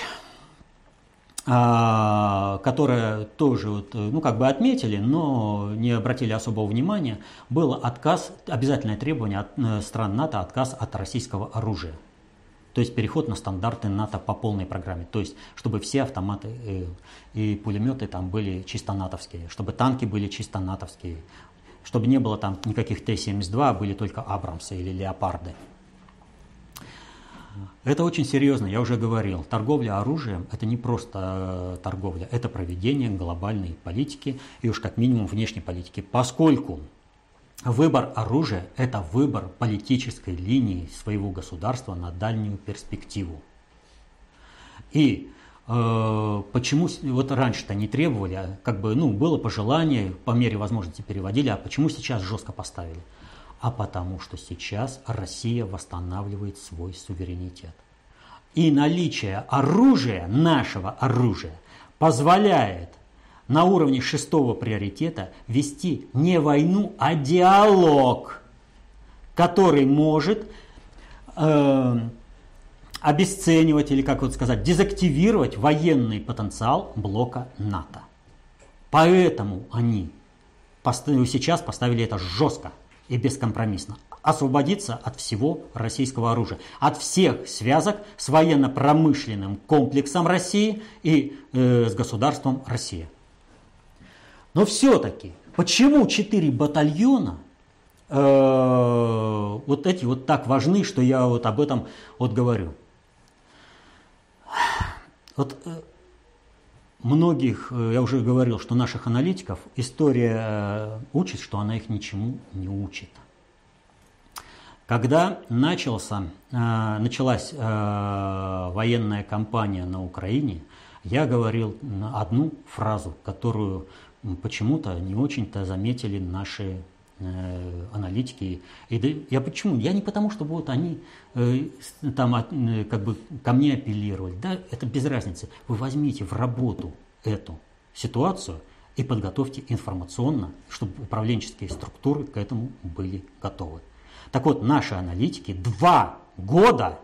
которое тоже отметили, но не обратили особого внимания, было обязательное требование от стран НАТО, отказ от российского оружия. То есть переход на стандарты НАТО по полной программе. То есть, чтобы все автоматы и пулеметы там были чисто натовские, чтобы танки были чисто натовские, чтобы не было там никаких Т-72, а были только Абрамсы или Леопарды. Это очень серьезно, я уже говорил. Торговля оружием – это не просто торговля, это проведение глобальной политики и уж как минимум внешней политики. Поскольку выбор оружия – это выбор политической линии своего государства на дальнюю перспективу. И почему вот раньше-то не требовали, было пожелание, по мере возможности переводили, а почему сейчас жестко поставили? А потому что сейчас Россия восстанавливает свой суверенитет. И наличие оружия, нашего оружия, позволяет на уровне 6-го приоритета вести не войну, а диалог, который может обесценивать или, дезактивировать военный потенциал блока НАТО. Поэтому они сейчас поставили это жестко и бескомпромиссно. Освободиться от всего российского оружия, от всех связок с военно-промышленным комплексом России и с государством Россия. Но все-таки, почему 4 батальона эти так важны, что я об этом говорю? Многих, я уже говорил, что наших аналитиков история учит, что она их ничему не учит. Когда началась военная кампания на Украине, я говорил одну фразу, которую почему-то не очень-то заметили наши аналитики. Я почему? Я не потому, что вот они там как бы ко мне апеллировали. Да, это без разницы. Вы возьмите в работу эту ситуацию и подготовьте информационно, чтобы управленческие структуры к этому были готовы. Так вот, наши аналитики 2 года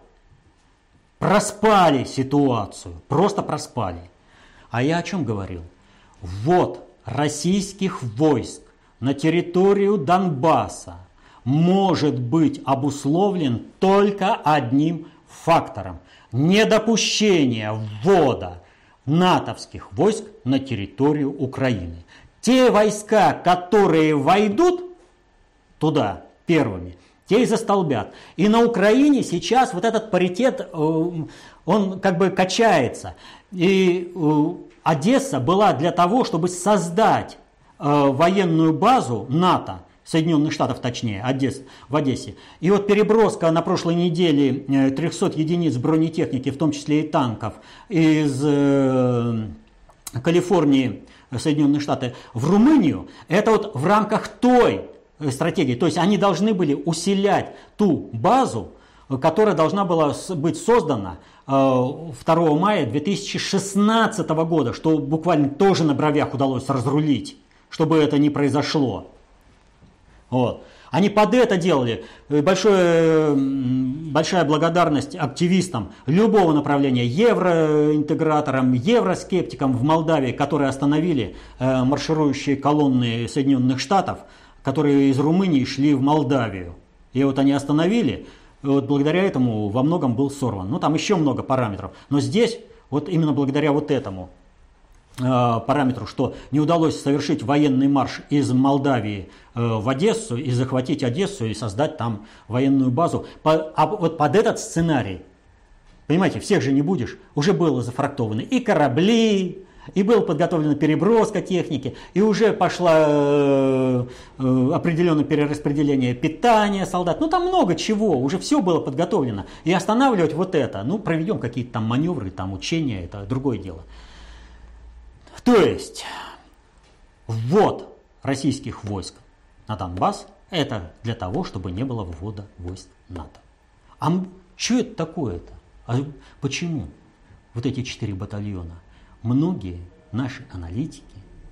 проспали ситуацию, просто проспали. А я о чем говорил? Ввод российских войск на территорию Донбасса может быть обусловлен только одним фактором – недопущение ввода натовских войск на территорию Украины. Те войска, которые войдут туда первыми, те и застолбят. И на Украине сейчас вот этот паритет, он как бы качается. И Одесса была для того, чтобы создать военную базу НАТО, Соединенных Штатов точнее, в Одессе. И вот переброска на прошлой неделе 300 единиц бронетехники, в том числе и танков, из Калифорнии, Соединенные Штаты, в Румынию, это вот в рамках той стратегии. То есть они должны были усилять ту базу, которая должна была быть создана 2 мая 2016 года, что буквально тоже на бровях удалось разрулить, чтобы это не произошло. Вот. Они под это делали. Большая благодарность активистам любого направления, евроинтеграторам, евроскептикам в Молдавии, которые остановили марширующие колонны Соединенных Штатов, которые из Румынии шли в Молдавию. И вот они остановили, и вот благодаря этому во многом был сорван. Ну там еще много параметров. Но здесь вот именно благодаря вот этому параметру, что не удалось совершить военный марш из Молдавии в Одессу и захватить Одессу и создать там военную базу. А вот под этот сценарий, понимаете, всех же не будешь, уже было зафрактованы и корабли, и была подготовлена переброска техники, и уже пошла определенное перераспределение питания солдат. Ну там много чего, уже все было подготовлено. И останавливать вот это, ну проведем какие-то там маневры, там учения, это другое дело. То есть ввод российских войск на Донбасс – это для того, чтобы не было ввода войск НАТО. А что это такое-то? А почему вот эти 4 батальона? Многие наши аналитики,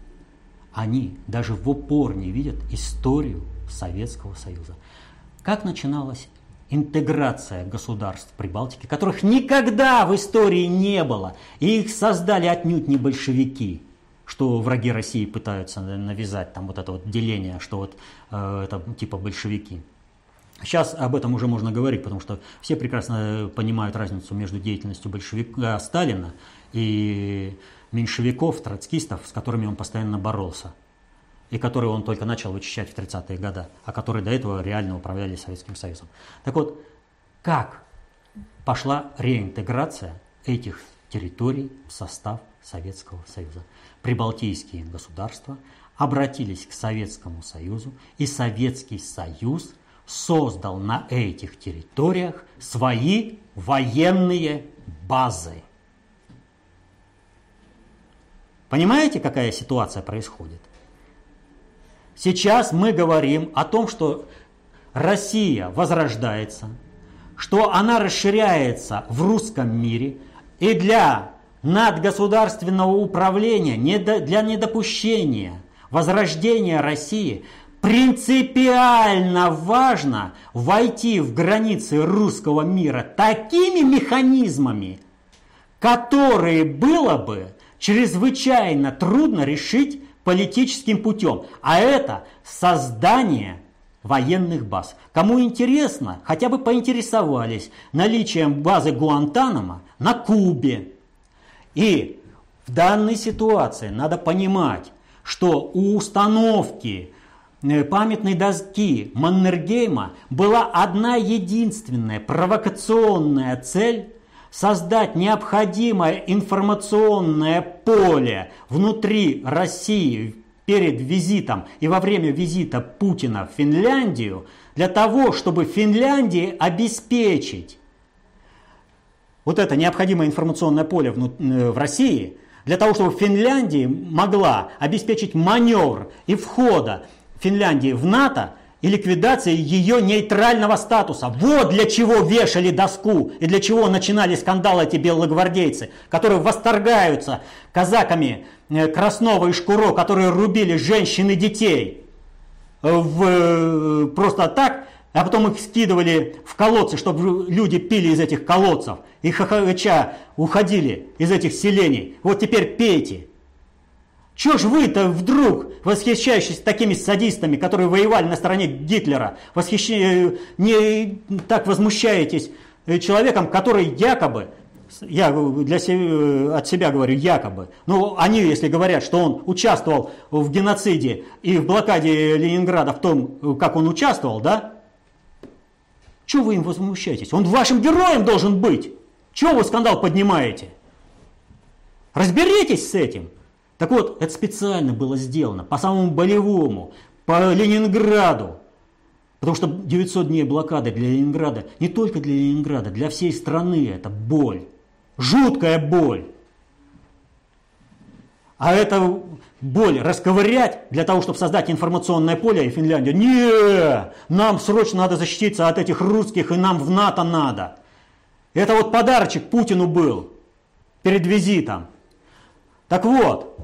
они даже в упор не видят историю Советского Союза. Как начиналась интеграция государств Прибалтики, которых никогда в истории не было. И их создали отнюдь не большевики, что враги России пытаются навязать, там вот это вот деление, что вот это типа большевики. Сейчас об этом уже можно говорить, потому что все прекрасно понимают разницу между деятельностью большевика Сталина и меньшевиков, троцкистов, с которыми он постоянно боролся. И которые он только начал вычищать в 30-е годы, а которые до этого реально управляли Советским Союзом. Так вот, как пошла реинтеграция этих территорий в состав Советского Союза? Прибалтийские государства обратились к Советскому Союзу, и Советский Союз создал на этих территориях свои военные базы. Понимаете, какая ситуация происходит? Сейчас мы говорим о том, что Россия возрождается, что она расширяется в русском мире, и для надгосударственного управления, для недопущения возрождения России принципиально важно войти в границы русского мира такими механизмами, которые было бы чрезвычайно трудно решить политическим путем. А это создание военных баз. Кому интересно, хотя бы поинтересовались наличием базы Гуантанамо на Кубе. И в данной ситуации надо понимать, что у установки памятной доски Маннергейма была одна единственная провокационная цель – создать необходимое информационное поле внутри России перед визитом и во время визита Путина в Финляндию, для того, чтобы Финляндии обеспечить вот это необходимое информационное поле в России, для того, чтобы Финляндия могла обеспечить маневр и входа Финляндии в НАТО и ликвидации ее нейтрального статуса. Вот для чего вешали доску и для чего начинали скандалы эти белогвардейцы, которые восторгаются казаками Краснова и Шкуро, которые рубили женщин и детей просто так, а потом их скидывали в колодцы, чтобы люди пили из этих колодцев и хохоча уходили из этих селений. Вот теперь пейте. Чего ж вы-то вдруг, восхищающись такими садистами, которые воевали на стороне Гитлера, не так возмущаетесь человеком, который якобы, я от себя говорю якобы, но они, если говорят, что он участвовал в геноциде и в блокаде Ленинграда в том, как он участвовал, да? Чего вы им возмущаетесь? Он вашим героем должен быть. Чего вы скандал поднимаете? Разберитесь с этим. Так вот, это специально было сделано, по самому болевому, по Ленинграду. Потому что 900 дней блокады для Ленинграда, не только для Ленинграда, для всей страны это боль. Жуткая боль. А эту боль расковырять для того, чтобы создать информационное поле и Финляндию. Не, нам срочно надо защититься от этих русских, и нам в НАТО надо. Это вот подарочек Путину был перед визитом. Так вот,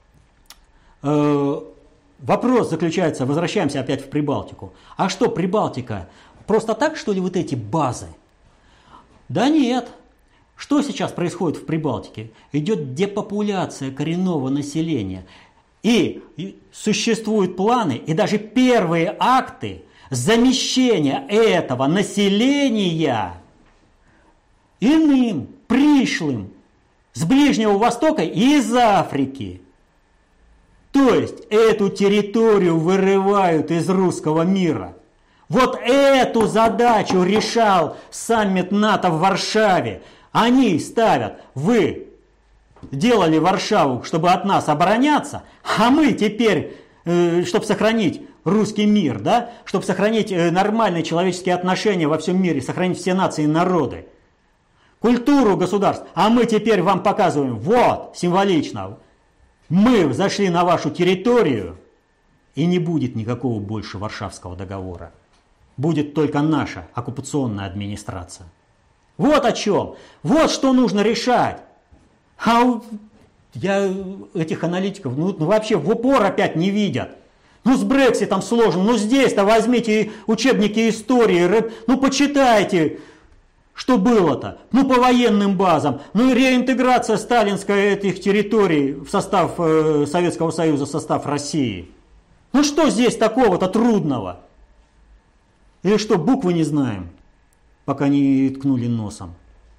вопрос заключается, возвращаемся опять в Прибалтику. А что Прибалтика? Просто так, что ли, вот эти базы? Да нет. Что сейчас происходит в Прибалтике? Идет депопуляция коренного населения. И существуют планы, и даже первые акты замещения этого населения иным, пришлым, с Ближнего Востока и из Африки. То есть эту территорию вырывают из русского мира. Вот эту задачу решал саммит НАТО в Варшаве. Они ставят, вы делали Варшаву, чтобы от нас обороняться, а мы теперь, чтобы сохранить русский мир, да, чтобы сохранить нормальные человеческие отношения во всем мире, сохранить все нации и народы, культуру государств, а мы теперь вам показываем, вот, символично, мы зашли на вашу территорию, и не будет никакого больше Варшавского договора. Будет только наша оккупационная администрация. Вот о чем. Вот что нужно решать. А я этих аналитиков вообще в упор опять не видят. С Брекситом сложно. Здесь-то возьмите учебники истории. Почитайте, что было-то. По военным базам. И реинтеграция сталинской этих территорий в состав Советского Союза, в состав России. Что здесь такого-то трудного? Или что, буквы не знаем? Пока не ткнули носом.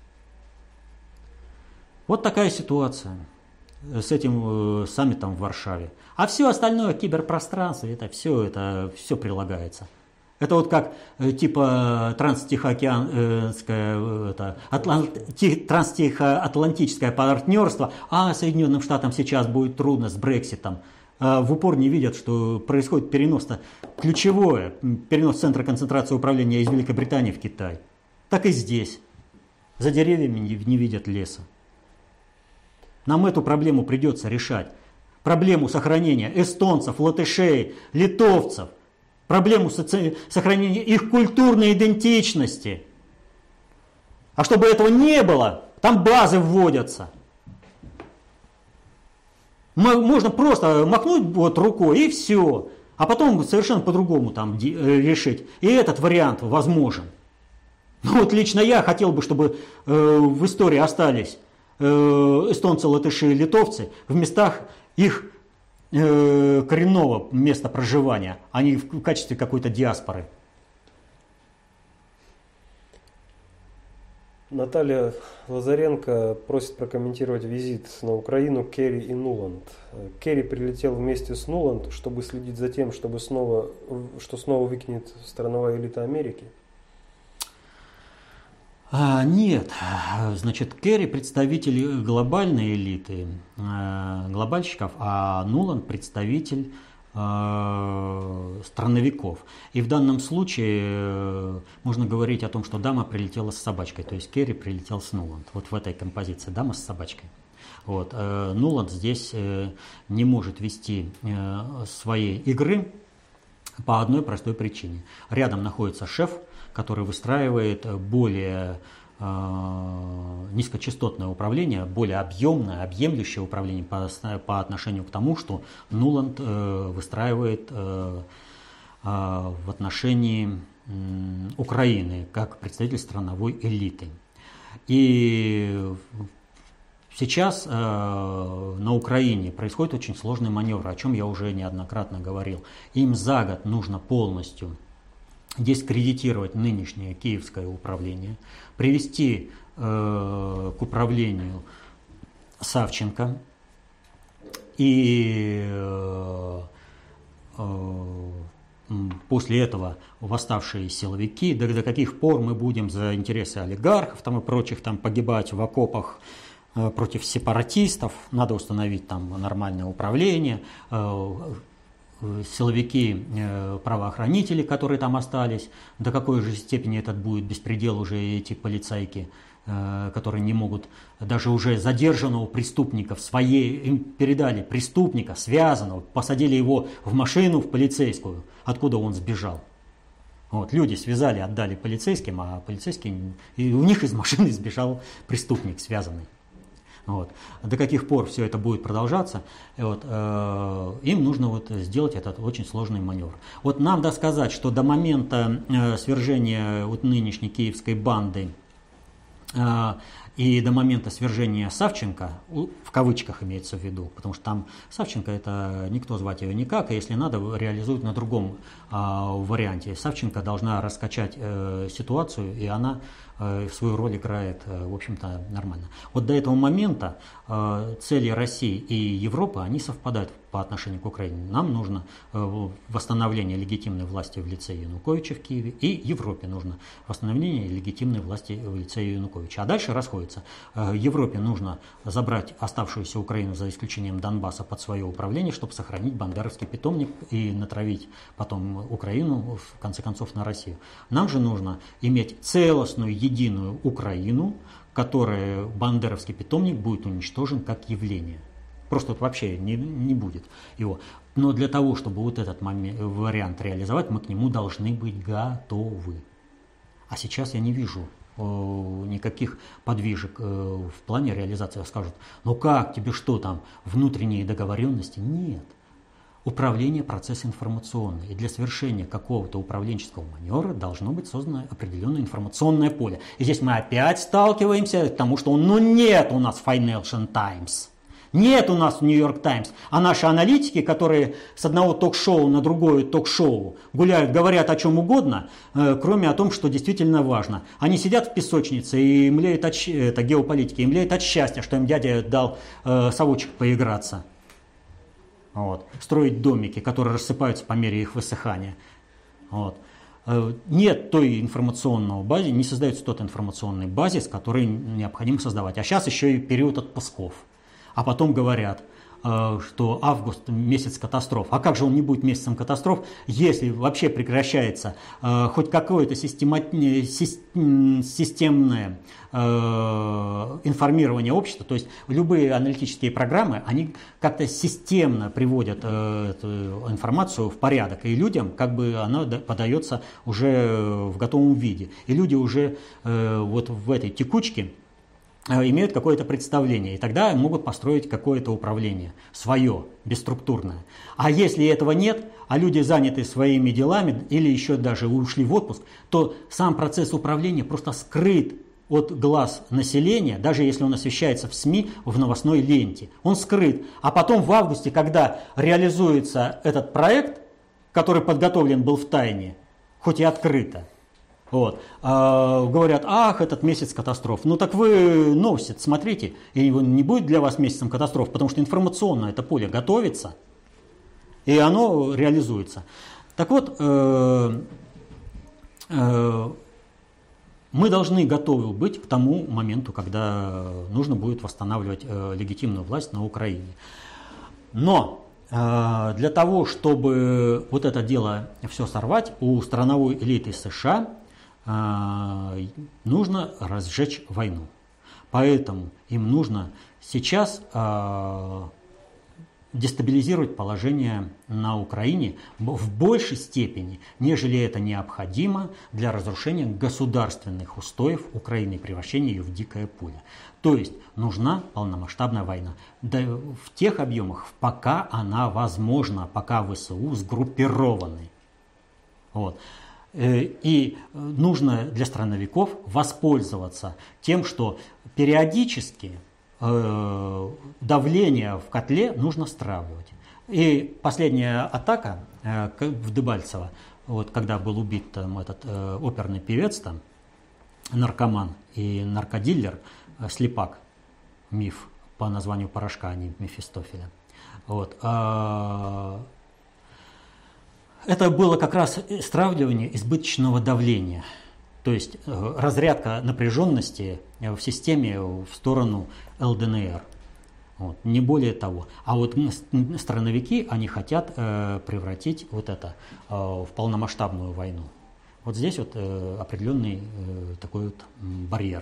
Вот такая ситуация с этим саммитом в Варшаве. А все остальное, киберпространство, это все прилагается. Это вот как типа транстихоатлантическое партнерство, а Соединенным Штатам сейчас будет трудно с Брекситом. В упор не видят, что происходит перенос-то ключевое, перенос центра концентрации управления из Великобритании в Китай. Так и здесь. За деревьями не видят леса. Нам эту проблему придется решать. Проблему сохранения эстонцев, латышей, литовцев. Проблему сохранения их культурной идентичности. А чтобы этого не было, там базы вводятся. Можно просто махнуть рукой и все. А потом совершенно по-другому там решить. И этот вариант возможен. Лично я хотел бы, чтобы в истории остались эстонцы, латыши и литовцы в местах их коренного места проживания, а не в качестве какой-то диаспоры. Наталья Лазаренко просит прокомментировать визит на Украину Керри и Нуланд. Керри прилетел вместе с Нуланд, чтобы следить за тем, что снова выкинет страновая элита Америки. Нет, Керри представитель глобальной элиты, глобальщиков, а Нуланд представитель страновиков. И в данном случае можно говорить о том, что дама прилетела с собачкой, то есть Керри прилетел с Нуланд. Вот в этой композиции дама с собачкой. Вот. Нуланд здесь не может вести своей игры по одной простой причине. Рядом находится шеф, который выстраивает более низкочастотное управление, более объемное, объемлющее управление по отношению к тому, что Нуланд выстраивает в отношении Украины как представитель страновой элиты. И сейчас на Украине происходит очень сложный маневр, о чем я уже неоднократно говорил. Им за год нужно полностью дискредитировать нынешнее киевское управление, привести к управлению Савченко и после этого восставшие силовики, до каких пор мы будем за интересы олигархов там, и прочих там, погибать в окопах против сепаратистов, надо установить там нормальное управление, силовики, правоохранители, которые там остались, до какой же степени этот будет беспредел уже эти полицейки, которые не могут даже уже задержанного преступника им передали преступника, связанного, посадили его в машину, в полицейскую, откуда он сбежал. Вот, люди связали, отдали полицейским, а полицейские, и у них из машины сбежал преступник связанный. Вот. До каких пор все это будет продолжаться, вот, им нужно вот сделать этот очень сложный маневр. Вот нам надо сказать, что до момента свержения вот нынешней киевской банды и до момента свержения Савченко, в кавычках имеется в виду, потому что там Савченко это никто звать ее никак, и если надо, реализует на другом варианте. Савченко должна раскачать ситуацию, и она свою роль играет, в общем-то, нормально. Вот до этого момента цели России и Европы, они совпадают по отношению к Украине. Нам нужно восстановление легитимной власти в лице Януковича в Киеве, и Европе нужно восстановление легитимной власти в лице Януковича. А дальше расходятся. Европе нужно забрать оставшуюся Украину, за исключением Донбасса, под свое управление, чтобы сохранить бандеровский питомник и натравить потом Украину, в конце концов, на Россию. Нам же нужно иметь целостную, единую Украину, которая бандеровский питомник будет уничтожен как явление. Просто вот вообще не будет его. Но для того, чтобы вот этот вариант реализовать, мы к нему должны быть готовы. А сейчас я не вижу никаких подвижек в плане реализации. Скажут, ну как, тебе что там, внутренние договоренности? Нет. Управление – процесс информационный. И для совершения какого-то управленческого маневра должно быть создано определенное информационное поле. И здесь мы опять сталкиваемся к тому, что нет у нас Financial Times. Нет у нас New York Times, а наши аналитики, которые с одного ток-шоу на другое ток-шоу гуляют, говорят о чем угодно, кроме о том, что действительно важно. Они сидят в песочнице и млеют это геополитики, и млеют от счастья, что им дядя дал совочек поиграться. Вот. Строить домики, которые рассыпаются по мере их высыхания. Вот. Нет той информационной базы, не создается тот информационный базис, который необходимо создавать. А сейчас еще и период отпусков. А потом говорят, что август – месяц катастроф. А как же он не будет месяцем катастроф, если вообще прекращается хоть какое-то системное информирование общества, то есть любые аналитические программы, они как-то системно приводят эту информацию в порядок, и людям как бы она подается уже в готовом виде. И люди уже вот в этой текучке имеют какое-то представление, и тогда могут построить какое-то управление, свое, бесструктурное. А если этого нет, а люди заняты своими делами или еще даже ушли в отпуск, то сам процесс управления просто скрыт от глаз населения, даже если он освещается в СМИ, в новостной ленте. Он скрыт. А потом в августе, когда реализуется этот проект, который подготовлен был в тайне, хоть и открыто, вот. Говорят, ах, этот месяц катастроф. Ну так вы новости смотрите, и он не будет для вас месяцем катастроф, потому что информационно это поле готовится, и оно реализуется. Так вот, мы должны готовы быть к тому моменту, когда нужно будет восстанавливать легитимную власть на Украине. Но для того, чтобы вот это дело все сорвать, у страновой элиты США нужно разжечь войну. Поэтому им нужно сейчас дестабилизировать положение на Украине в большей степени, нежели это необходимо для разрушения государственных устоев Украины и превращения ее в дикое поле. То есть нужна полномасштабная война. Да, в тех объемах, пока она возможна, пока ВСУ сгруппированы. Вот. И нужно для страновиков воспользоваться тем, что периодически давление в котле нужно стравливать. И последняя атака в Дебальцево, вот, когда был убит там, этот оперный певец, там, наркоман и наркодиллер, Слепак, миф по названию порошка, а не Мефистофеля. Вот. Это было как раз стравливание избыточного давления. То есть разрядка напряженности в системе в сторону ЛДНР. Вот, не более того. А вот страновики, они хотят превратить вот это в полномасштабную войну. Вот здесь вот определенный такой вот барьер.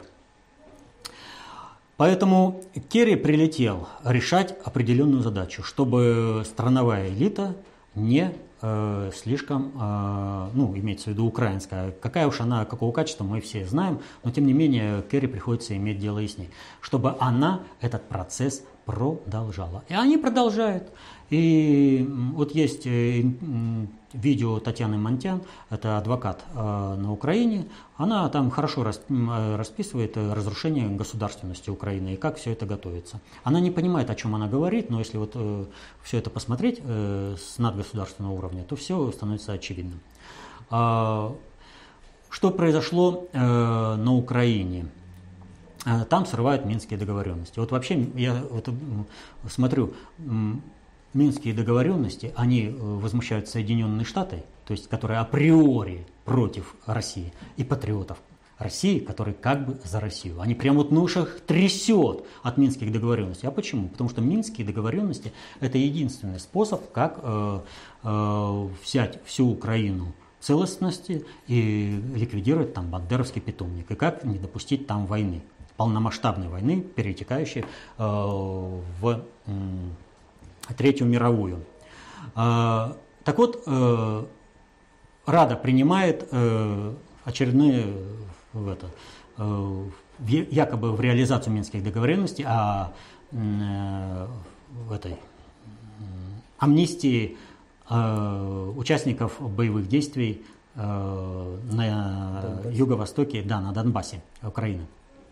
Поэтому Керри прилетел решать определенную задачу, чтобы страновая элита не слишком, ну, имеется в виду украинская, какая уж она, какого качества, мы все знаем, но тем не менее Керри приходится иметь дело и с ней, чтобы она этот процесс продолжала. И они продолжают. И вот есть видео Татьяны Монтян, это адвокат на Украине, она там хорошо расписывает разрушение государственности Украины и как все это готовится. Она не понимает, о чем она говорит, но если вот все это посмотреть с надгосударственного уровня, то все становится очевидным. Что произошло на Украине? Там срывают Минские договоренности. Вот вообще я вот смотрю, Минские договоренности, они возмущают Соединенные Штаты, то есть которые априори против России, и патриотов России, которые как бы за Россию. Они прямо вот на ушах трясет от Минских договоренностей. А почему? Потому что Минские договоренности – это единственный способ, как взять всю Украину в целостности и ликвидировать там бандеровский питомник, и как не допустить там войны, полномасштабной войны, перетекающей в Третью мировую. Так вот, Рада принимает очередные якобы в реализацию Минских договоренностей о амнистии участников боевых действий на юго-востоке, да, на Донбассе Украины.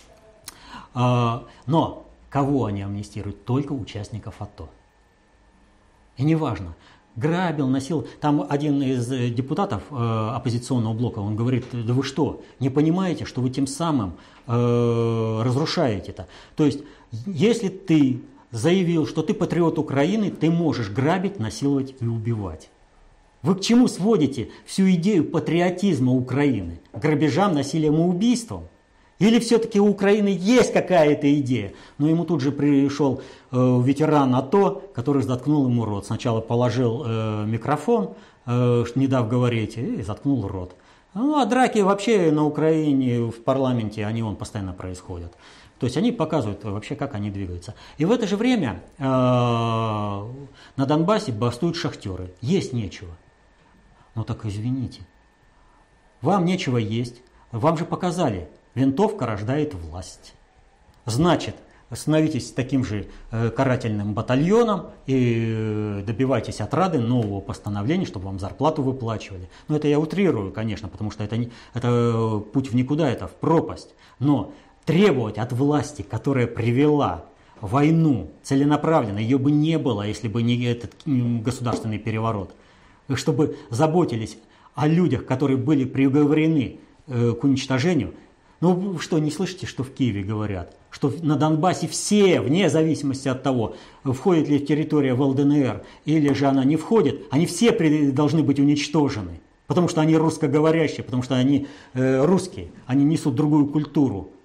Но кого они амнистируют? Только участников АТО. И неважно, грабил, носил. Там один из депутатов оппозиционного блока, он говорит: да вы что, не понимаете, что вы тем самым разрушаете это? То есть, если ты заявил, что ты патриот Украины, ты можешь грабить, насиловать и убивать. Вы к чему сводите всю идею патриотизма Украины? К грабежам, насилиям и убийствам? Или все-таки у Украины есть какая-то идея? Но ему тут же пришел ветеран АТО, который заткнул ему рот. Сначала положил микрофон, не дав говорить, и заткнул рот. Ну, а драки вообще на Украине, в парламенте, они постоянно происходят. То есть они показывают вообще, как они двигаются. И в это же время на Донбассе бастуют шахтеры. Есть нечего. Ну так извините. Вам нечего есть. Вам же показали. Винтовка рождает власть. Значит, становитесь таким же карательным батальоном и добивайтесь от Рады нового постановления, чтобы вам зарплату выплачивали. Но это я утрирую, конечно, потому что это путь в никуда, это в пропасть. Но требовать от власти, которая привела войну целенаправленно, ее бы не было, если бы не этот государственный переворот, чтобы заботились о людях, которые были приговорены к уничтожению. Ну вы что, не слышите, что в Киеве говорят? Что на Донбассе все, вне зависимости от того, входит ли территория в ЛДНР или же она не входит, они все должны быть уничтожены. Потому что они русскоговорящие, потому что они русские, они несут другую культуру,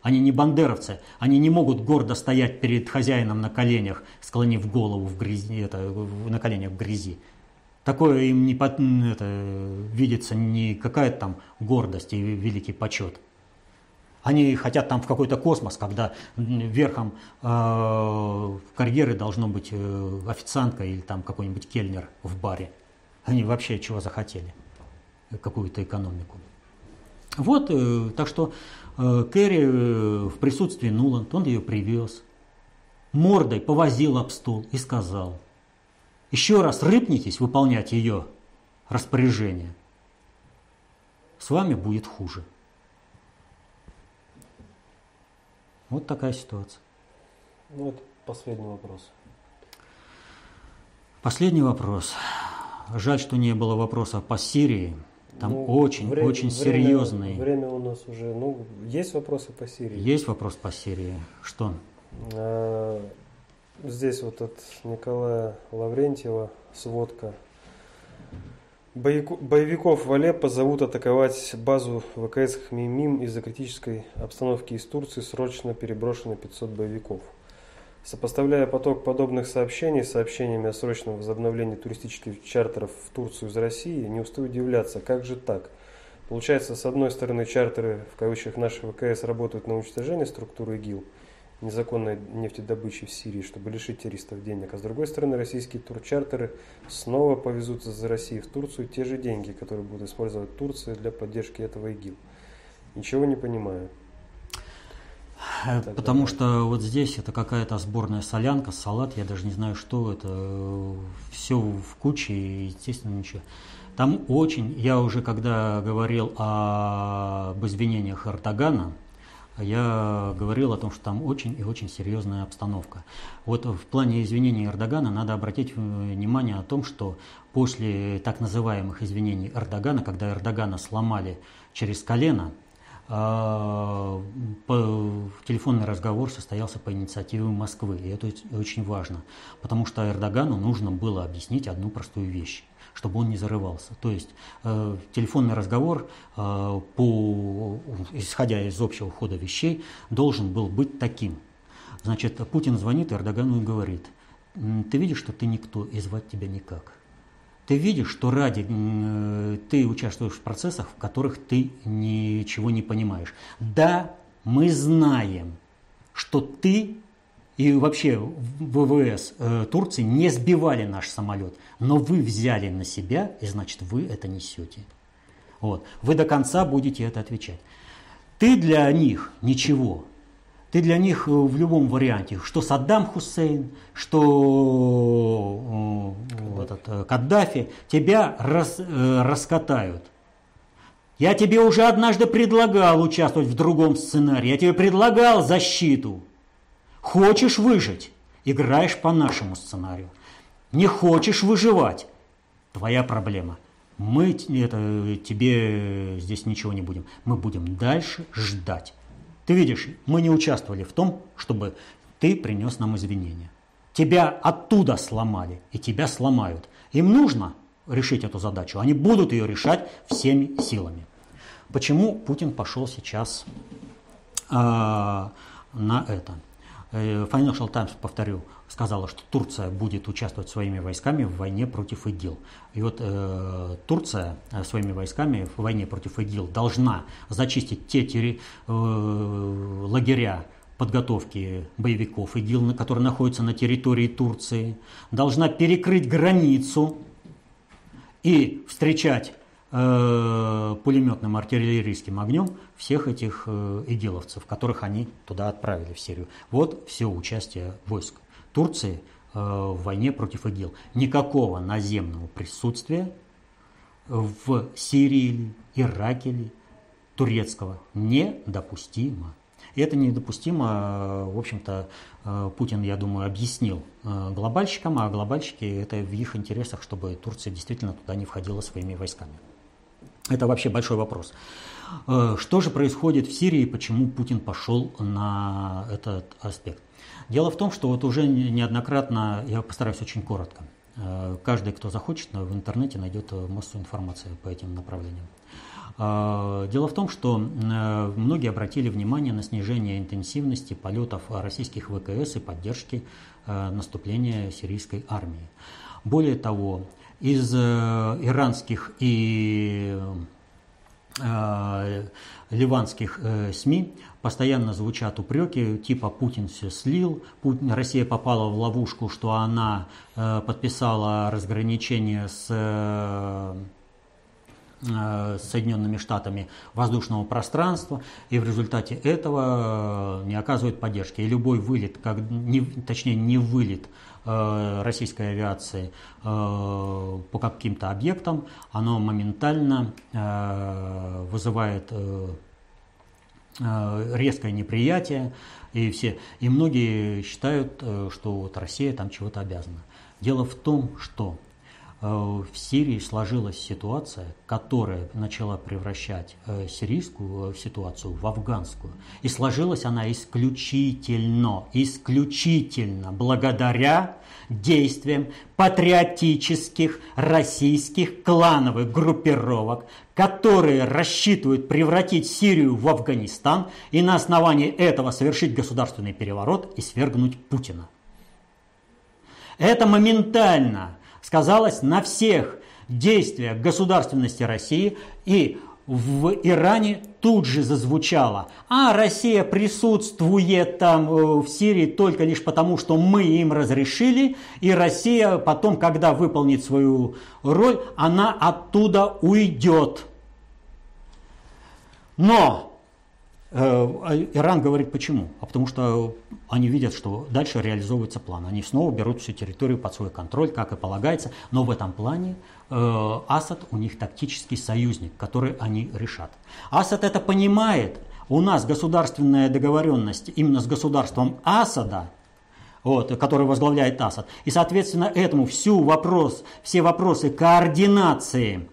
Они не бандеровцы, они не могут гордо стоять перед хозяином на коленях, склонив голову в грязи, на коленях в грязи. Такое им не видится не какая-то там гордость и великий почет. Они хотят там в какой-то космос, когда верхом карьеры должно быть официантка или там какой-нибудь кельнер в баре. Они вообще чего захотели? Какую-то экономику. Вот, так что Керри в присутствии Нуланд, он ее привез, мордой повозил об стол и сказал: еще раз рыпнитесь выполнять ее распоряжение, с вами будет хуже. Вот такая ситуация. Ну, это последний вопрос. Последний вопрос. Жаль, что не было вопроса по Сирии. Там очень серьезный. Время у нас уже. Есть вопросы по Сирии? Есть вопрос по Сирии. Что? Здесь вот от Николая Лаврентьева сводка. Боевиков в Алеппо зовут атаковать базу ВКС Хмеймим из-за критической обстановки из Турции. Срочно переброшено 500 боевиков. Сопоставляя поток подобных сообщений с сообщениями о срочном возобновлении туристических чартеров в Турцию из России, не устаю удивляться, как же так? Получается, с одной стороны, чартеры, в кавычках, наших ВКС работают на уничтожение структуры ИГИЛ, незаконной нефтедобычи в Сирии, чтобы лишить террористов денег, а с другой стороны, российские турчартеры снова повезут из России в Турцию те же деньги, которые будут использовать Турция для поддержки этого ИГИЛ. Ничего не понимаю. Потому что вот здесь это какая-то сборная солянка, салат, я даже не знаю, что это, все в куче, и, естественно, ничего. Там очень, я уже когда говорил об извинениях Эрдогана, я говорил о том, что там очень и очень серьезная обстановка. Вот в плане извинений Эрдогана надо обратить внимание о том, что после так называемых извинений Эрдогана, когда Эрдогана сломали через колено, телефонный разговор состоялся по инициативе Москвы, и это очень важно, потому что Эрдогану нужно было объяснить одну простую вещь, чтобы он не зарывался. То есть телефонный разговор, исходя из общего хода вещей, должен был быть таким. Значит, Путин звонит Эрдогану и говорит: ты видишь, что ты никто, и звать тебя никак. Ты видишь, что ты участвуешь в процессах, в которых ты ничего не понимаешь. Да, мы знаем, что ты и вообще ВВС Турции не сбивали наш самолет, но вы взяли на себя, и значит вы это несете. Вот. Вы до конца будете это отвечать. Ты для них ничего. Ты для них в любом варианте, что Саддам Хусейн, что Каддафи, тебя раскатают. Я тебе уже однажды предлагал участвовать в другом сценарии, я тебе предлагал защиту. Хочешь выжить, играешь по нашему сценарию. Не хочешь выживать, твоя проблема. Мы тебе здесь ничего не будем. Мы будем дальше ждать. Ты видишь, мы не участвовали в том, чтобы ты принес нам извинения. Тебя оттуда сломали, и тебя сломают. Им нужно решить эту задачу, они будут ее решать всеми силами. Почему Путин пошел сейчас на это? Financial Times, повторю, сказала, что Турция будет участвовать своими войсками в войне против ИГИЛ. И вот Турция своими войсками в войне против ИГИЛ должна зачистить те лагеря подготовки боевиков ИГИЛ, которые находятся на территории Турции, должна перекрыть границу и встречать пулеметным артиллерийским огнем всех этих игиловцев, которых они туда отправили, в Сирию. Вот все участие войск Турции в войне против ИГИЛ. Никакого наземного присутствия в Сирии или Ираке или турецкого недопустимо. И это недопустимо, в общем-то, Путин, я думаю, объяснил глобальщикам, а глобальщики это в их интересах, чтобы Турция действительно туда не входила своими войсками. Это вообще большой вопрос. Что же происходит в Сирии и почему Путин пошел на этот аспект? Дело в том, что вот уже неоднократно, я постараюсь очень коротко, каждый, кто захочет, в интернете найдет массу информации по этим направлениям. Дело в том, что многие обратили внимание на снижение интенсивности полетов российских ВКС и поддержки наступления сирийской армии. Более того, из иранских и ливанских СМИ постоянно звучат упреки типа «Путин все слил», Россия попала в ловушку, что она подписала разграничение с Соединенными Штатами воздушного пространства, и в результате этого не оказывает поддержки. И любой вылет, не вылет российской авиации по каким-то объектам, оно моментально вызывает резкое неприятие, и многие считают, что вот Россия там чего-то обязана. Дело в том, что в Сирии сложилась ситуация, которая начала превращать сирийскую ситуацию в афганскую. И сложилась она исключительно благодаря действиям патриотических российских клановых группировок, которые рассчитывают превратить Сирию в Афганистан и на основании этого совершить государственный переворот и свергнуть Путина. Это моментально сказалось на всех действиях государственности России, и в Иране тут же зазвучало: а Россия присутствует там в Сирии только лишь потому, что мы им разрешили, и Россия потом, когда выполнит свою роль, она оттуда уйдет. Но Иран говорит почему? А потому что они видят, что дальше реализовывается план. Они снова берут всю территорию под свой контроль, как и полагается. Но в этом плане Асад у них тактический союзник, который они решат. Асад это понимает. У нас государственная договоренность именно с государством Асада, который возглавляет Асад. И, соответственно, этому все вопросы координации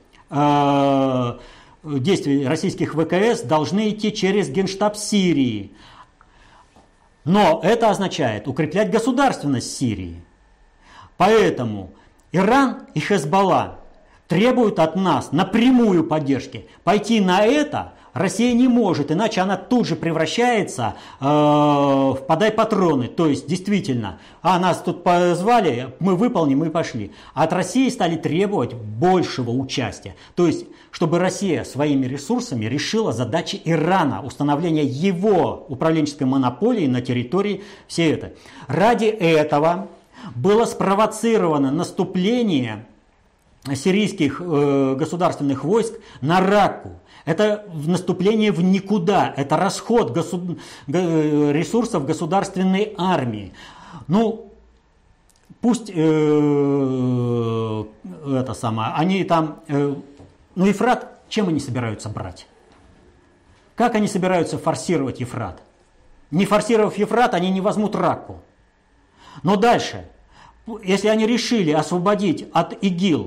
действий российских ВКС должны идти через Генштаб Сирии. Но это означает укреплять государственность Сирии. Поэтому Иран и Хезболла требуют от нас напрямую поддержки. Пойти на это Россия не может, иначе она тут же превращается в подай патроны. То есть, действительно, нас тут позвали, мы выполним и пошли. От России стали требовать большего участия. То есть, чтобы Россия своими ресурсами решила задачи Ирана, установления его управленческой монополии на территории всей этой. Ради этого было спровоцировано наступление сирийских государственных войск на Ракку. Это наступление в никуда, это расход ресурсов государственной армии. Пусть они там, Ефрат, чем они собираются брать? Как они собираются форсировать Ефрат? Не форсировав Ефрат, они не возьмут Ракку. Но дальше, если они решили освободить от ИГИЛ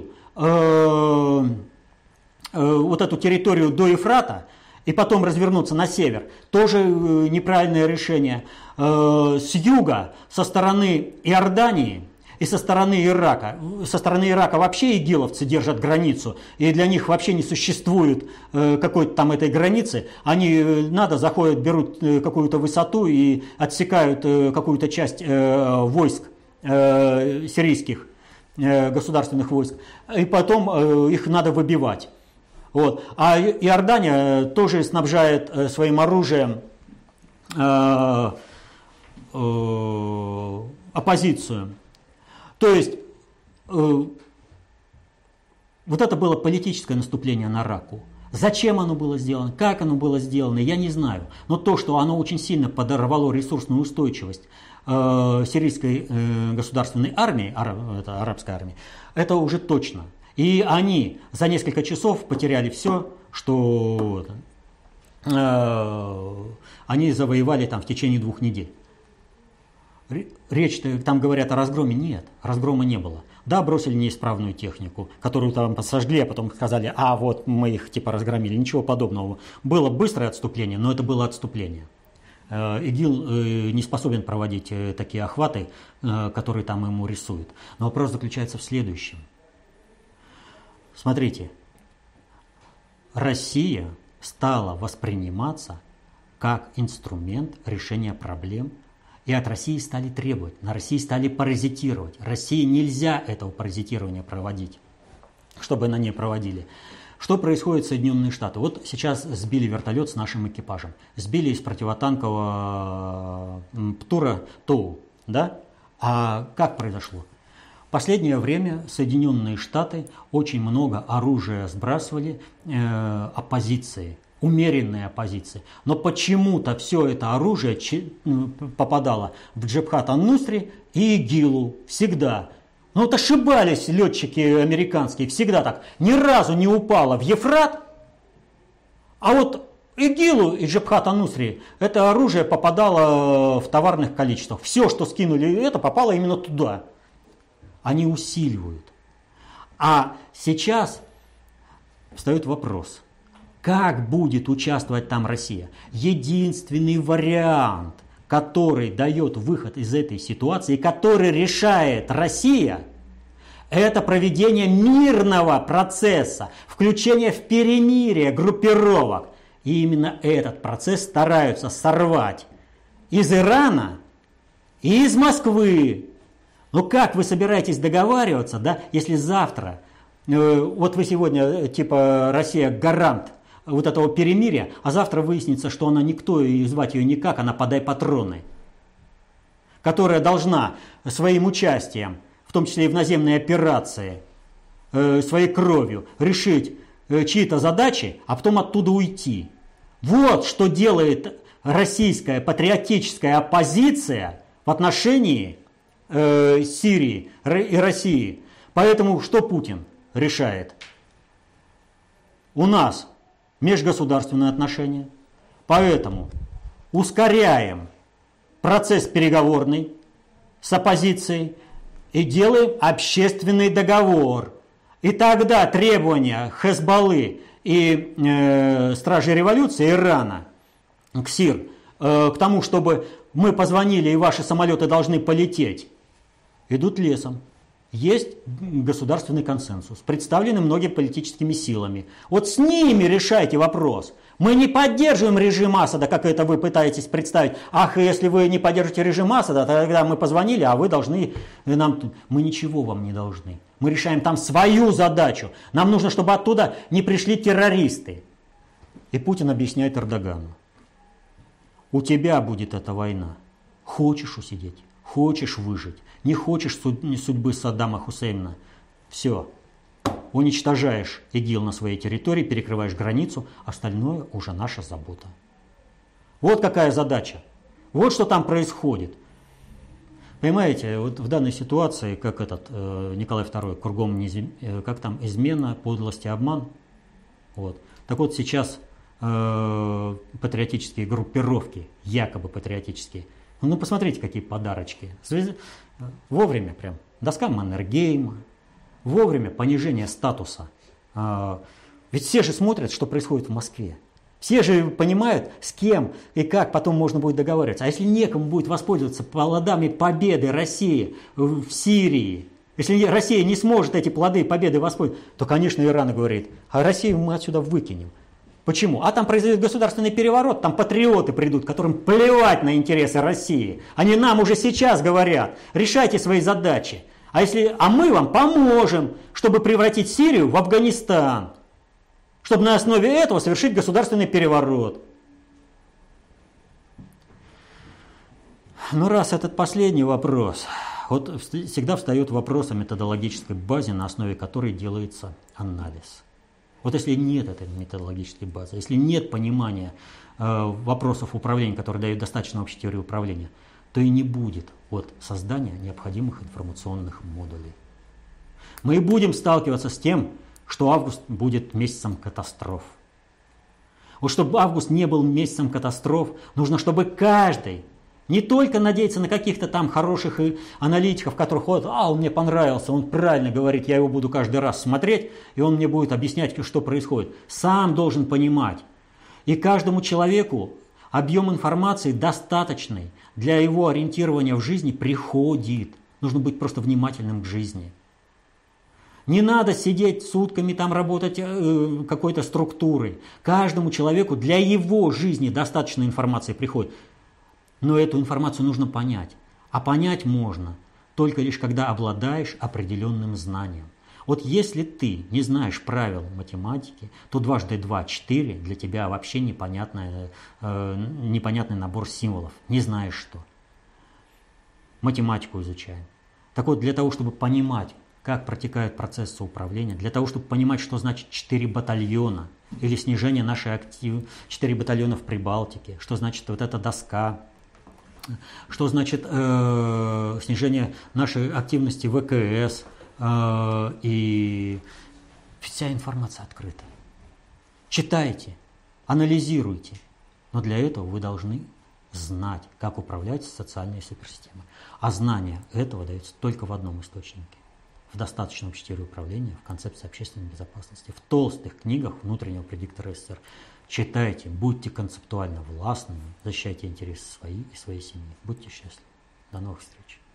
вот эту территорию до Ефрата и потом развернуться на север, тоже неправильное решение. С юга, со стороны Иордании и со стороны Ирака. Со стороны Ирака вообще игиловцы держат границу, и для них вообще не существует какой-то там этой границы. Они заходят, берут какую-то высоту и отсекают какую-то часть войск сирийских государственных войск, и потом их надо выбивать. А Иордания тоже снабжает своим оружием оппозицию. То есть вот это было политическое наступление на Ракку. Зачем оно было сделано, как оно было сделано, я не знаю. Но то, что оно очень сильно подорвало ресурсную устойчивость сирийской государственной армии, это арабской армии, это уже точно. И они за несколько часов потеряли все, что они завоевали там в течение 2 недель. Речь-то там говорят о разгроме. Нет, разгрома не было. Да, бросили неисправную технику, которую там сожгли, а потом сказали, мы их разгромили. Ничего подобного. Было быстрое отступление, но это было отступление. ИГИЛ не способен проводить такие охваты, которые там ему рисуют. Но вопрос заключается в следующем. Смотрите, Россия стала восприниматься как инструмент решения проблем, и от России стали требовать, на России стали паразитировать. России нельзя этого паразитирования проводить, чтобы на ней проводили. Что происходит в Соединенных Штатах? Вот сейчас сбили вертолет с нашим экипажем. Сбили из противотанкового ПТУРа ТОУ. Да? А как произошло? В последнее время Соединенные Штаты очень много оружия сбрасывали оппозиции, умеренной оппозиции. Но почему-то все это оружие попадало в Джабхат ан-Нусри и ИГИЛу всегда. Ну вот ошибались летчики американские, всегда так. Ни разу не упало в Ефрат, а вот ИГИЛу и Джабхат ан-Нусри это оружие попадало в товарных количествах. Все, что скинули, это попало именно туда. Они усиливают. А сейчас встает вопрос, как будет участвовать там Россия? Единственный вариант, который дает выход из этой ситуации, который решает Россия, это проведение мирного процесса, включение в перемирие группировок. И именно этот процесс стараются сорвать из Ирана и из Москвы. Но как вы собираетесь договариваться, да, если завтра, вот вы сегодня, типа, Россия гарант вот этого перемирия, а завтра выяснится, что она никто, и звать ее никак, она подай патроны, которая должна своим участием, в том числе и в наземной операции, своей кровью решить чьи-то задачи, а потом оттуда уйти. Вот что делает российская патриотическая оппозиция в отношении Сирии и России. Поэтому что Путин решает? У нас межгосударственные отношения, поэтому ускоряем процесс переговорный с оппозицией и делаем общественный договор. И тогда требования Хезболлы и Стражей революции Ирана, КСИР, к тому, чтобы мы позвонили и ваши самолеты должны полететь, идут лесом. Есть государственный консенсус, представленный многими политическими силами. Вот с ними решайте вопрос. Мы не поддерживаем режим Асада, как это вы пытаетесь представить. Ах, если вы не поддержите режим Асада, тогда мы позвонили, а вы должны нам... Мы ничего вам не должны. Мы решаем там свою задачу. Нам нужно, чтобы оттуда не пришли террористы. И Путин объясняет Эрдогану. У тебя будет эта война. Хочешь усидеть, хочешь выжить. Не хочешь судьбы Саддама Хусейна, все, уничтожаешь ИГИЛ на своей территории, перекрываешь границу, остальное уже наша забота. Вот какая задача, вот что там происходит. Понимаете, вот в данной ситуации, как этот Николай II, кругом как там измена, подлость и обман. Вот. Так вот сейчас патриотические группировки, якобы патриотические, ну посмотрите, какие подарочки. Вовремя прям доска Маннергейма, вовремя понижение статуса. Ведь все же смотрят, что происходит в Москве. Все же понимают, с кем и как потом можно будет договариваться. А если некому будет воспользоваться плодами победы России в Сирии, если Россия не сможет эти плоды победы воспользоваться, то, конечно, Иран говорит, а Россию мы отсюда выкинем. Почему? А там произойдет государственный переворот, там патриоты придут, которым плевать на интересы России. Они нам уже сейчас говорят, решайте свои задачи. А мы вам поможем, чтобы превратить Сирию в Афганистан. Чтобы на основе этого совершить государственный переворот. Ну раз этот последний вопрос, вот всегда встает вопрос о методологической базе, на основе которой делается анализ. Вот если нет этой методологической базы, если нет понимания вопросов управления, которые дают достаточно общей теории управления, то и не будет создания необходимых информационных модулей. Мы будем сталкиваться с тем, что август будет месяцем катастроф. Вот чтобы август не был месяцем катастроф, нужно, чтобы каждый не только надеяться на каких-то там хороших аналитиков, которые ходят, он мне понравился, он правильно говорит, я его буду каждый раз смотреть, и он мне будет объяснять, что происходит. Сам должен понимать. И каждому человеку объем информации достаточный для его ориентирования в жизни приходит. Нужно быть просто внимательным к жизни. Не надо сидеть сутками, там работать какой-то структурой. Каждому человеку для его жизни достаточно информации приходит. Но эту информацию нужно понять. А понять можно только лишь когда обладаешь определенным знанием. Вот если ты не знаешь правил математики, то 2 × 2 = 4, для тебя вообще непонятный набор символов. Не знаешь что. Математику изучаем. Так вот, для того, чтобы понимать, как протекают процессы управления, для того, чтобы понимать, что значит 4 батальона, или снижение нашей активности, 4 батальона в Прибалтике, что значит вот эта доска, что значит снижение нашей активности в ВКС, и вся информация открыта. Читайте, анализируйте, но для этого вы должны знать, как управлять социальной суперсистемой. А знание этого дается только в одном источнике. В достаточном чтении управления, в концепции общественной безопасности, в толстых книгах внутреннего предиктора СССР. Читайте, будьте концептуально властными, защищайте интересы свои и своей семьи. Будьте счастливы. До новых встреч.